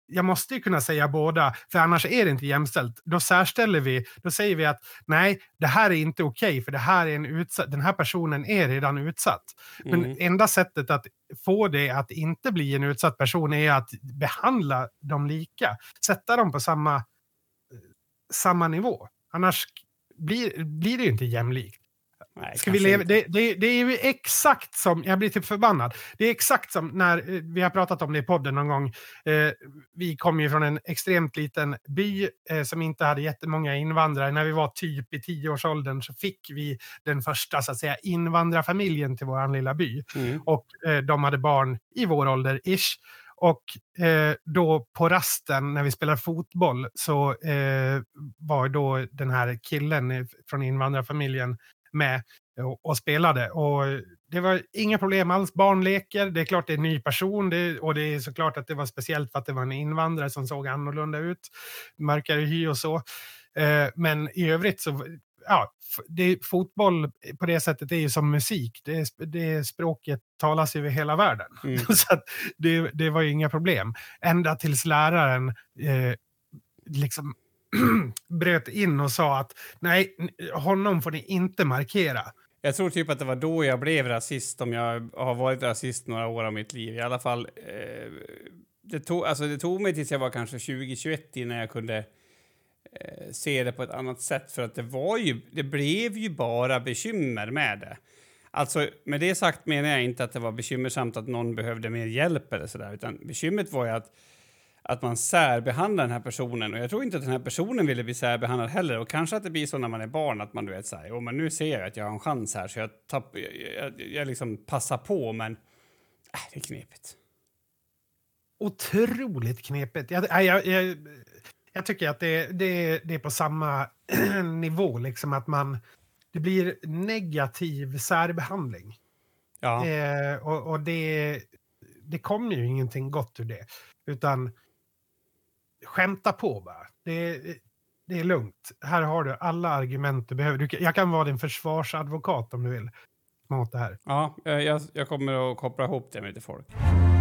jag måste ju kunna säga båda, för annars är det inte jämställt. Då särställer vi, då säger vi att nej, det här är inte okej, för det här är den här personen är redan utsatt. Men enda sättet att få det att inte bli en utsatt person är att behandla dem lika. Sätta dem på samma nivå. Annars blir det ju inte jämlikt. Nej, Ska vi leva? Det är ju exakt som, jag blir typ förbannad. Det är exakt som när vi har pratat om det i podden någon gång. Vi kom ju från en extremt liten by som inte hade jättemånga invandrare. När vi var typ i 10-årsåldern så fick vi den första så att säga invandrarfamiljen till vår lilla by. Och de hade barn i vår ålder ish. Och då på rasten när vi spelade fotboll så var då den här killen från invandrarfamiljen med och spelade. Och det var inga problem alls. Barn leker. Det är klart det är en ny person. Och det är såklart att det var speciellt för att det var en invandrare som såg annorlunda ut. Mörkare hy och så. Men i övrigt så... Ja, fotboll på det sättet är ju som musik. Det språket talas över hela världen. Så att det var ju inga problem. Ända tills läraren liksom bröt in och sa att nej, honom får ni inte markera. Jag tror typ att det var då jag blev rasist, om jag har varit rasist några år av mitt liv. I alla fall, det tog mig tills jag var kanske 20-21 innan jag kunde se det på ett annat sätt. För att det blev ju bara bekymmer med det. Alltså, med det sagt menar jag inte att det var bekymmersamt att någon behövde mer hjälp eller sådär. Utan bekymret var ju att man särbehandlar den här personen. Och jag tror inte att den här personen ville bli särbehandlad heller. Och kanske att det blir så när man är barn att man du vet säger, men nu ser jag att jag har en chans här så jag liksom passar på, men det är knepigt. Otroligt knepigt. Jag tycker att det är på samma nivå liksom att det blir negativ särbehandling. Ja. Och det kommer ju ingenting gott ur det. Utan skämta på bara. Det är lugnt. Här har du alla argument du behöver. Jag kan vara din försvarsadvokat om du vill. Mot det här. Ja, jag kommer att koppla ihop det med lite folk.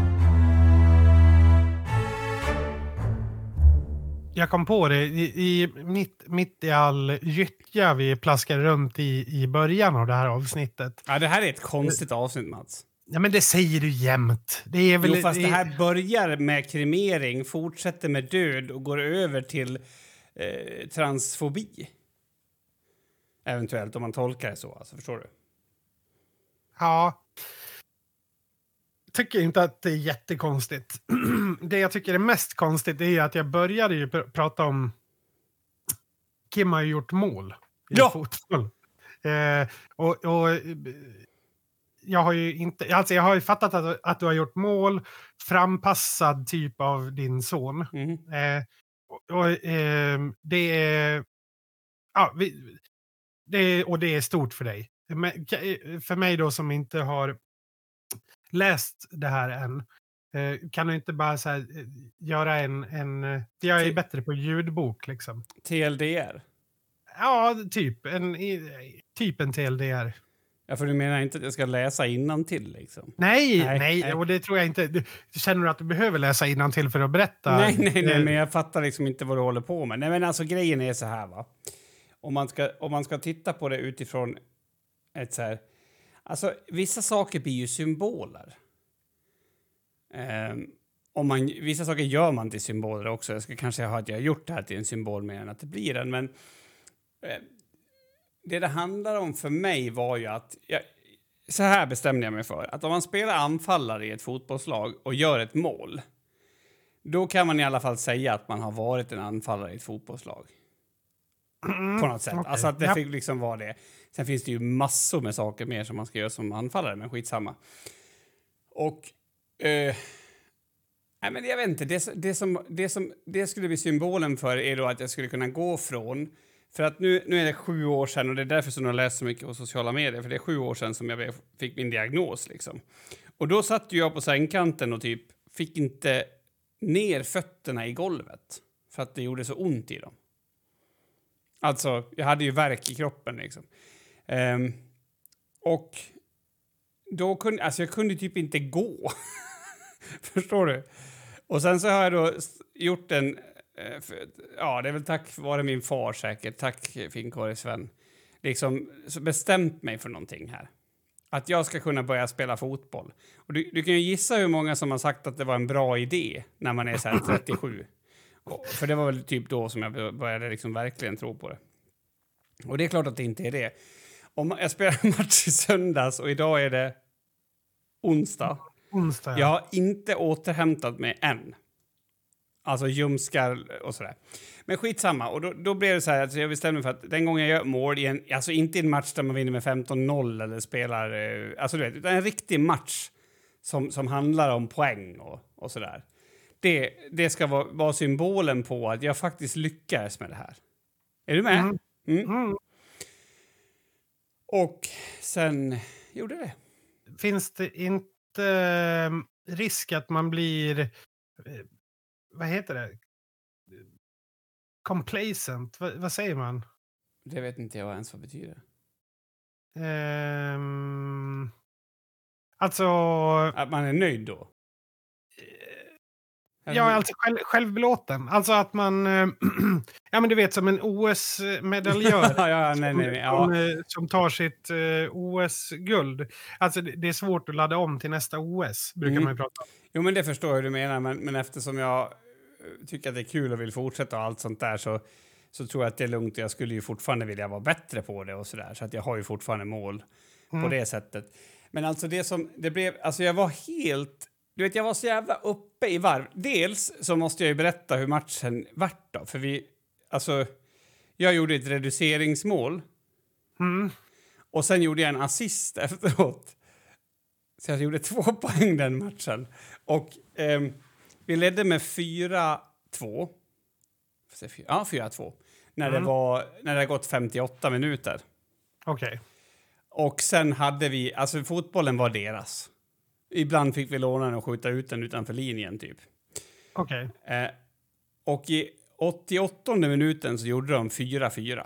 Jag kom på det mitt i all gyttja vi plaskade runt i början av det här avsnittet. Ja, det här är ett konstigt avsnitt, Mats. Ja, men det säger du jämt. Det är väl, fast det här börjar med kremering, fortsätter med död och går över till transfobi. Eventuellt, om man tolkar det så. Alltså, förstår du? Ja. Tycker inte att det är jättekonstigt. Det jag tycker är mest konstigt är att jag började ju prata om Kim har ju gjort mål i fotboll. Och jag har ju inte, alltså jag har ju fattat att du har gjort mål, frampassad typ av din son. Det är det är stort för dig. Men, för mig då som inte har läst det här än, kan du inte bara så här, göra en jag är bättre på ljudbok liksom. TLDR? Ja, typ en TLDR. Ja, för du menar inte att jag ska läsa innantill liksom? Nej, och det tror jag inte. Känner du att du behöver läsa innantill för att berätta? Nej, men jag fattar liksom inte vad du håller på med. Nej, men alltså grejen är så här, va. Om man ska titta på det utifrån ett så här... Alltså, vissa saker blir ju symboler. Vissa saker gör man till symboler också. Jag ska kanske ha att jag har gjort det här till en symbol mer än att det blir den. Men det handlar om för mig var ju att... Så här bestämde jag mig för. Att om man spelar anfallare i ett fotbollslag och gör ett mål, då kan man i alla fall säga att man har varit en anfallare i ett fotbollslag. På något sätt. Okay. Alltså att det fick liksom vara det. Sen finns det ju massor med saker mer som man ska göra som anfallare, men skitsamma. Och... nej, men jag vet inte. Det skulle bli symbolen för är då att jag skulle kunna gå från... För att nu är det 7 år sedan, och det är därför som jag har läst så mycket på sociala medier. För det är 7 år sedan som jag fick min diagnos liksom. Och då satt jag på sängkanten och typ fick inte ner fötterna i golvet. För att det gjorde så ont i dem. Alltså, jag hade ju värk i kroppen liksom. Och då kunde jag kunde typ inte gå. Förstår du? Och sen så har jag då gjort en... Ja, det är väl tack vare min far säkert. Tack, Finkåre Sven. Liksom så bestämt mig för någonting här. Att jag ska kunna börja spela fotboll. Och du kan ju gissa hur många som har sagt att det var en bra idé när man är så här 37. För det var väl typ då som jag började liksom verkligen tro på det. Och det är klart att det inte är det. Om jag spelar en match i söndags och idag är det onsdag. Onsdag, ja. Jag har inte återhämtat mig än. Alltså ljumskar och sådär. Men skitsamma. Och då blev det så här att jag bestämde mig för att den gången jag gör mål i en... Alltså inte i en match där man vinner med 15-0 eller spelar... Alltså du vet, utan en riktig match som handlar om poäng och sådär. Det ska vara symbolen på att jag faktiskt lyckades med det här. Är du med? Mm. Och sen gjorde det. Finns det inte risk att man blir... Vad heter det? Complacent? Vad säger man? Det vet inte jag ens vad det betyder. Alltså... Att man är nöjd då? Ja, alltså självbelåten. Alltså att man... ja, men du vet, som en OS-medaljör. Som tar sitt OS-guld. Alltså det är svårt att ladda om till nästa OS, brukar man ju prata om. Jo, men det förstår jag hur du menar. Men eftersom jag tycker att det är kul och vill fortsätta och allt sånt där så tror jag att det är lugnt. Jag skulle ju fortfarande vilja vara bättre på det och sådär. Så att jag har ju fortfarande mål på det sättet. Men alltså det blev... Alltså jag var helt... Du vet, jag var så jävla uppe i varv. Dels så måste jag ju berätta hur matchen vart då. För jag gjorde ett reduceringsmål. Och sen gjorde jag en assist efteråt. Så jag gjorde 2 poäng den matchen. Och vi ledde med 4-2. Ja, 4-2. När det gått 58 minuter. Okej. Och sen hade vi... Alltså fotbollen var deras. Ibland fick vi låna den och skjuta ut den utanför linjen, typ. Okej. Och i 88:e minuten så gjorde de 4-4.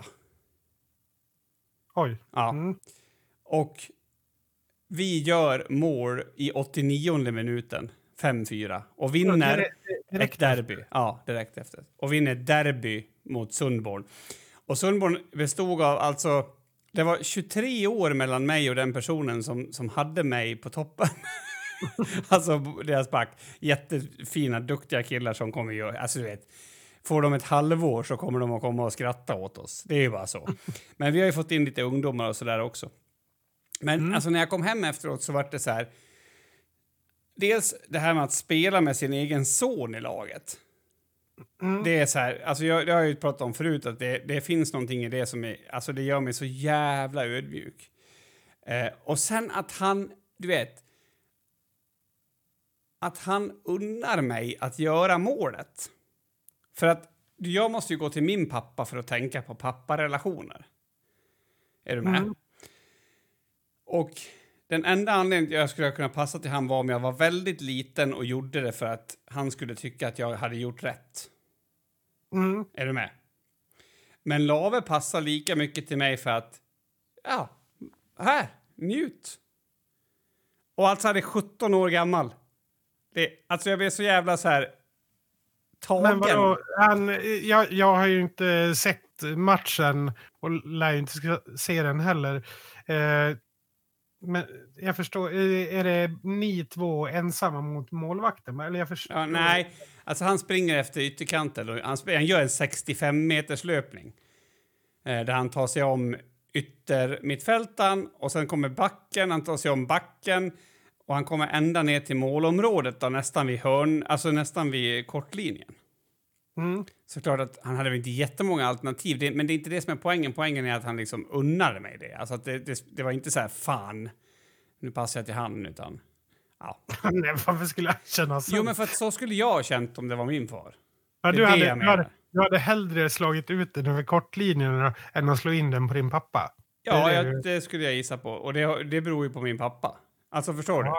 Oj. Ja. Och vi gör mål i 89:e minuten. 5-4. Och vinner ett derby. Ja, direkt efter. Och vinner derby mot Sundborn. Och Sundborn bestod av, alltså... Det var 23 år mellan mig och den personen som hade mig på toppen. Alltså deras back. Jättefina, duktiga killar som kommer ju... Alltså du vet, får de ett halvår så kommer de att komma och skratta åt oss. Det är ju bara så. Men vi har ju fått in lite ungdomar och sådär också. Men alltså när jag kom hem efteråt så var det så här... Dels det här med att spela med sin egen son i laget. Det är så här, alltså jag har ju pratat om förut att det finns någonting i det som är, alltså det gör mig så jävla ödmjuk. Och sen att han, du vet, att han unnar mig att göra målet. För att jag måste ju gå till min pappa för att tänka på papparelationer. Är du med? Och den enda anledningen jag skulle kunna passa till han var om jag var väldigt liten och gjorde det för att han skulle tycka att jag hade gjort rätt. Är du med? Men Lave passar lika mycket till mig för att ja, här, njut. Och alltså han är 17 år gammal. Alltså jag blir så jävla så här tagen. Men vadå, jag har ju inte sett matchen och lär ju inte se den heller. Men jag förstår, är det ni två ensamma mot målvakten? Eller jag förstår. Ja, nej, alltså han springer efter ytterkanten och han gör en 65-meters löpning. Där han tar sig om yttermittfältan och sen kommer backen, han tar sig om backen och han kommer ända ner till målområdet då, nästan vid alltså nästan vid kortlinjen. Så klart att han hade väl inte jättemånga alternativ, men det är inte det som är poängen. Poängen är att han liksom unnade mig det. Alltså att det var inte så här, fan, nu passar jag till han, utan ja. Nej, varför skulle jag känna så? Jo, men för att så skulle jag ha känt om det var min far. Ja, du hade hellre slagit ut den över kortlinjen än att slå in den på din pappa. Ja, det skulle jag gissa på. Och det beror ju på min pappa. Alltså, förstår du?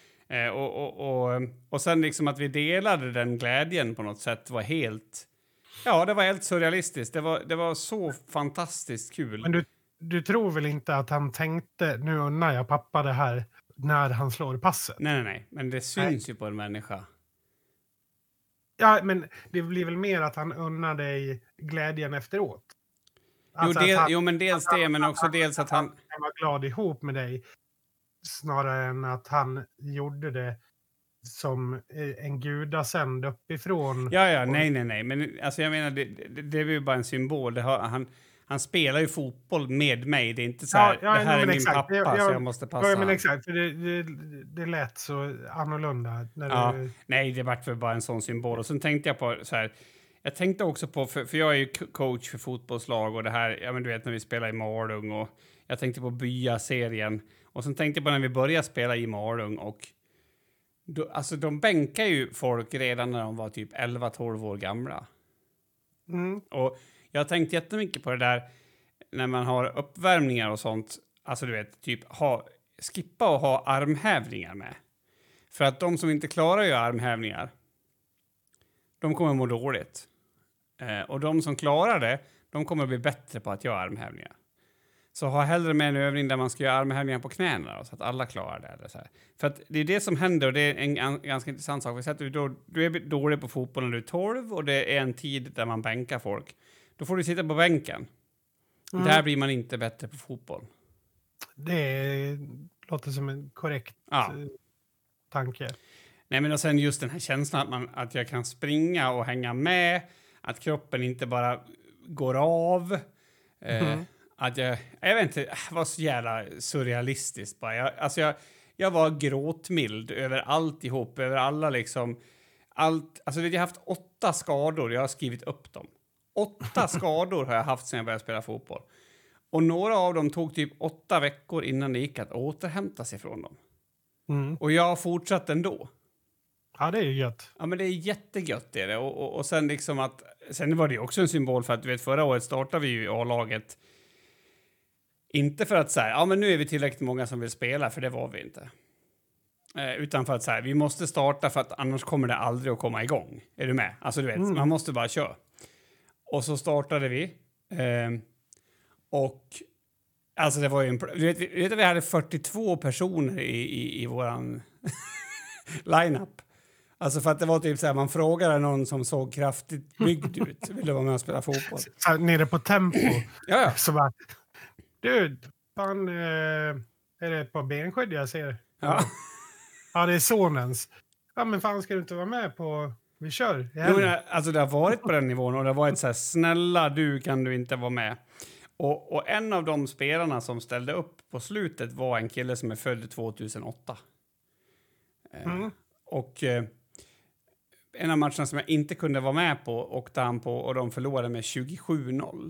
Och sen liksom att vi delade den glädjen på något sätt var helt... Ja, det var helt surrealistiskt. Det var så fantastiskt kul. Men du tror väl inte att han tänkte, nu unnar jag pappa det här, när han slår passet? Nej. Men det syns ju på en människa. Ja, men det blir väl mer att han unnar dig glädjen efteråt. Alltså men dels det, men också dels att han var glad ihop med dig. Snarare än att han gjorde det som en gudasänd uppifrån. Ja, nej. Men alltså, jag menar, det är ju bara en symbol. Han spelar ju fotboll med mig. Det är inte så här, det här är min exakt. pappa så jag måste passa. Ja, men exakt. För det lät så annorlunda. När Nej, det vart väl bara en sån symbol. Och sen tänkte jag på så här. Jag tänkte också på, för jag är ju coach för fotbollslag och det här, ja men du vet när vi spelar i Malung och jag tänkte på Bya-serien. Och sen tänkte jag på när vi började spela i Malung och alltså de bänkar ju folk redan när de var typ 11-12 år gamla. Mm. Och jag har tänkt jättemycket på det där när man har uppvärmningar och sånt. Alltså du vet, typ skippa och ha armhävningar med. För att de som inte klarar att göra armhävningar, de kommer må dåligt. Och de som klarar det, de kommer bli bättre på att göra armhävningar. Så ha hellre med en övning där man ska göra armhävningar på knäna då, så att alla klarar det. Eller så här. För att det är det som händer och det är en ganska intressant sak. Vi säger att du är dålig på fotboll när du är 12 och det är en tid där man bänkar folk. Då får du sitta på bänken. Där blir man inte bättre på fotboll. Det låter som en korrekt tanke. Nej, men och sen just den här känslan att jag kan springa och hänga med. Att kroppen inte bara går av. Att jag vet inte, var så jävla surrealistiskt bara. Jag var gråtmild över alltihop, över alla liksom. Alltså jag har haft 8 skador, jag har skrivit upp dem. 8 skador har jag haft sedan jag började spela fotboll. Och några av dem tog typ 8 veckor innan det gick att återhämta sig från dem. Och jag har fortsatt ändå. Ja, det är ju gött. Ja, men det är jättegött det är det. Och sen liksom att, sen var det också en symbol för att du vet, förra året startade vi ju A-laget. Inte för att säga, ja men nu är vi tillräckligt många som vill spela, för det var vi inte. Utan för att säga, vi måste starta för att annars kommer det aldrig att komma igång. Är du med? Alltså du vet, man måste bara köra. Och så startade vi. Och alltså det var ju du vet att vi hade 42 personer i våran line-up. Alltså för att det var typ så här, man frågade någon som såg kraftigt byggd ut. Ville vara med och spela fotboll. Så nere på tempo. Ja. Så bara, du, fan, är det ett par benskydd jag ser? Ja. Ja, det är sonens. Ja, men fan, ska du inte vara med på... Vi kör. Alltså det har varit på den nivån och det har varit så här, snälla du, kan du inte vara med? Och en av de spelarna som ställde upp på slutet var en kille som är född 2008. Och en av matcherna som jag inte kunde vara med på åkte han på och de förlorade med 27-0.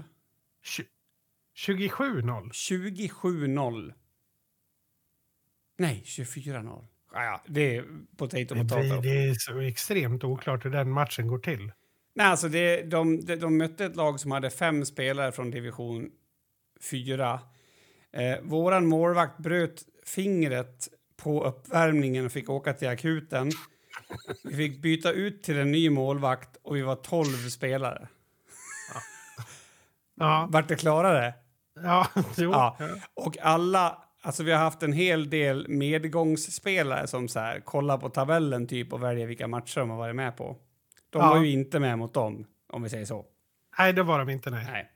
27-0? 27-0. Nej, 24-0. Ja, det är potato. Det är så extremt oklart hur den matchen går till. Nej, alltså de mötte ett lag som hade 5 spelare från division 4. Våran målvakt bröt fingret på uppvärmningen och fick åka till akuten. Vi fick byta ut till en ny målvakt och vi var 12 spelare. Ja. Vart det klarare? Ja, jo. Ja. Och alla, alltså vi har haft en hel del medgångsspelare som så här kollar på tabellen typ och väljer vilka matcher de har varit med på. De var ju inte med mot dem, om vi säger så. Nej, det var de inte, nej.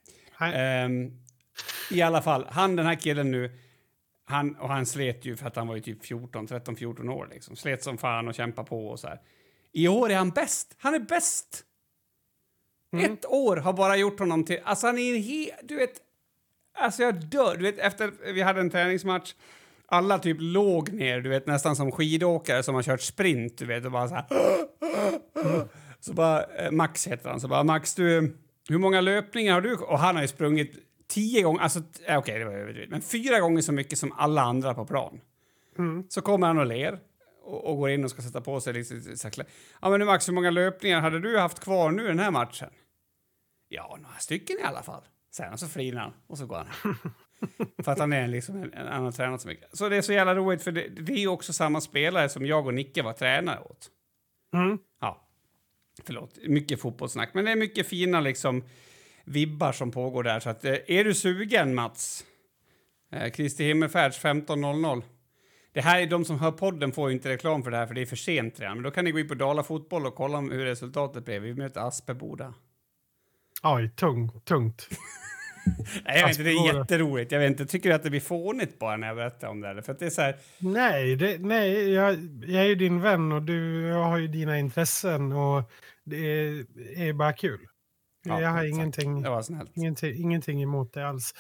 I alla fall, den här killen nu, han slet ju för att han var ju typ 13-14 år liksom. Slet som fan och kämpa på och så här. I år är han bäst. Han är bäst. 1 år har bara gjort honom till... Alltså han är du vet... Alltså jag dör. Du vet, efter vi hade en träningsmatch, alla typ låg ner, du vet, nästan som skidåkare som har kört sprint, du vet, och bara så här... Så bara, Max heter han, så bara, Max, du, hur många löpningar har du? Och han har ju sprungit 10 gånger, alltså, okej, det var överdrivet, men 4 gånger så mycket som alla andra på plan. Så kommer han och ler och går in och ska sätta på sig liksom, ja men nu Max, hur många löpningar hade du haft kvar nu den här matchen? Ja, några stycken i alla fall. Sen så flinar han och så går han. För att han är liksom en annan tränare så mycket. Så det är så jävla roligt, för det är ju också samma spelare som jag och Nicke var tränare åt. Ja, förlåt, mycket fotbollssnack. Men det är mycket fina liksom vibbar som pågår där. Så att, är du sugen, Mats? Kristi himmelfärds 15.00. Det här är de som hör podden får ju inte reklam för det här för det är för sent redan. Men då kan ni gå in på Dala Fotboll och kolla hur resultatet blev. Vi möter Aspeboda. Oj, tungt. Nej, jag vet inte, det är jätteroligt. Jag vet inte, tycker att det blir fånigt bara när jag berättar om det här. För att det är så här... Nej, jag är ju din vän och jag har ju dina intressen och det är bara kul. Ja, jag har det var snällt. ingenting emot det alls.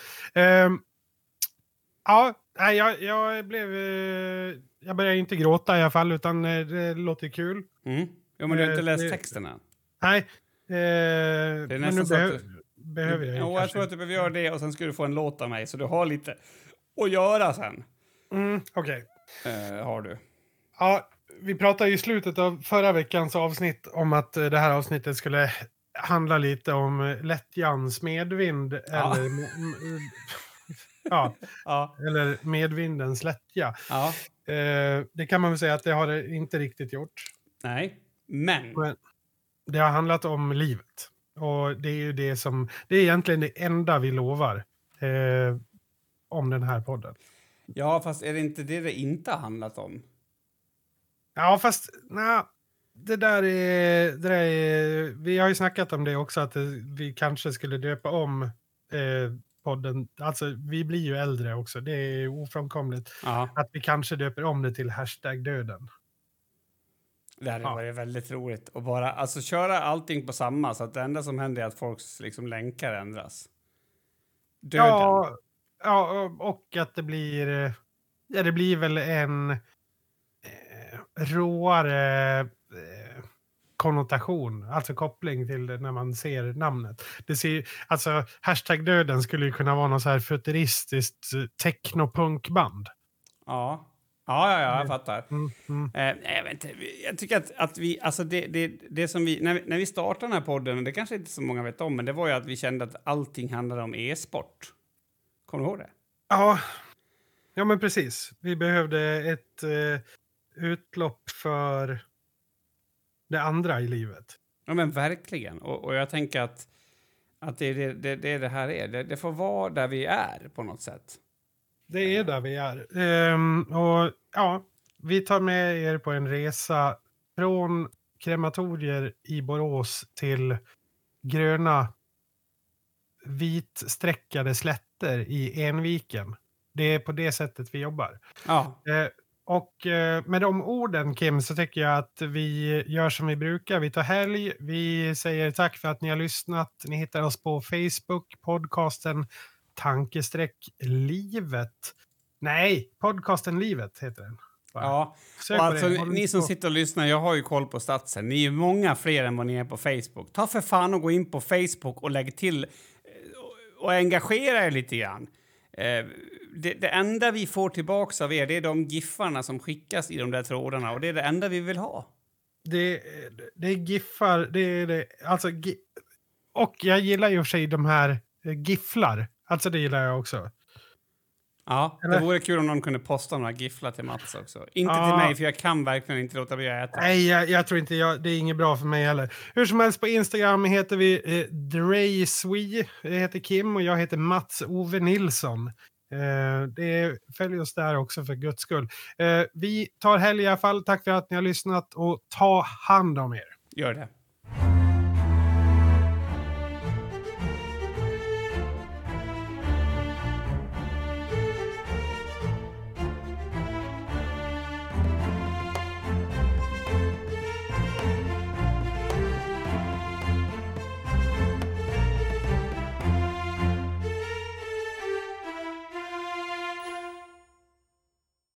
Ja, nej, jag började inte gråta i alla fall, utan det låter kul. Mm. Jo, men du har inte läst texten än. Nej. Det är men nästan nu så att behöver jag ju jag tror att du behöver göra det och sen ska du få en låt av mig så du har lite att göra sen. Okej. Har du. Ja, vi pratade i slutet av förra veckans avsnitt om att det här avsnittet skulle handla lite om lättjans medvind eller eller medvindens lättja. Ja. Det kan man väl säga att det har det inte riktigt gjort. Nej, men det har handlat om livet. Och det är ju det är egentligen det enda vi lovar om den här podden. Ja, fast är det inte det inte har handlat om? Ja, fast det där är... Vi har ju snackat om det också, att vi kanske skulle döpa om podden. Alltså, vi blir ju äldre också. Det är ofrånkomligt. Ja. Att vi kanske döper om det till #döden. Det hade varit väldigt roligt. Och bara alltså, köra allting på samma, så att det enda som händer är att folks liksom, länkar ändras. Döden. Ja, och att det blir... Ja, det blir väl en råare konnotation, alltså koppling till det när man ser namnet. Alltså #döden skulle ju kunna vara något så här futuristiskt technopunkband. Ja, jag fattar. Jag vet inte, jag tycker att vi, alltså det som vi, när vi startade den här podden, och det kanske inte så många vet om, men det var ju att vi kände att allting handlade om e-sport. Kommer du ihåg det? Ja, men precis. Vi behövde ett utlopp för det andra i livet. Ja, men verkligen. Och jag tänker att det här är. Det får vara där vi är på något sätt. Det är där vi är. Och ja, vi tar med er på en resa från krematorier i Borås till gröna vitsträckade slätter i Enviken. Det är på det sättet vi jobbar. Ja. Och med de orden, Kim, så tycker jag att vi gör som vi brukar. Vi tar helg. Vi säger tack för att ni har lyssnat. Ni hittar oss på Facebook, podcasten _livet. Nej, podcasten Livet heter den. Ja, och alltså, ni som sitter och lyssnar, jag har ju koll på statsen. Ni är många fler än vad ni är på Facebook. Ta för fan och gå in på Facebook och lägg till och engagera er lite grann. Det enda vi får tillbaka av er, det är de giffarna som skickas i de där trådarna, och det är det enda vi vill ha. Det är giffar, det är det, alltså, och jag gillar ju för sig de här gifflar. Alltså det gillar jag också. Ja, det vore kul om någon kunde posta några gifflar till Mats också. Inte till mig, för jag kan verkligen inte låta bli att äta. Nej, jag tror inte, det är inget bra för mig heller. Hur som helst, på Instagram heter vi Drayswee. Jag heter Kim och jag heter Mats Ove Nilsson. Följ oss där också för Guds skull. Vi tar helg i alla fall. Tack för att ni har lyssnat och ta hand om er. Gör det.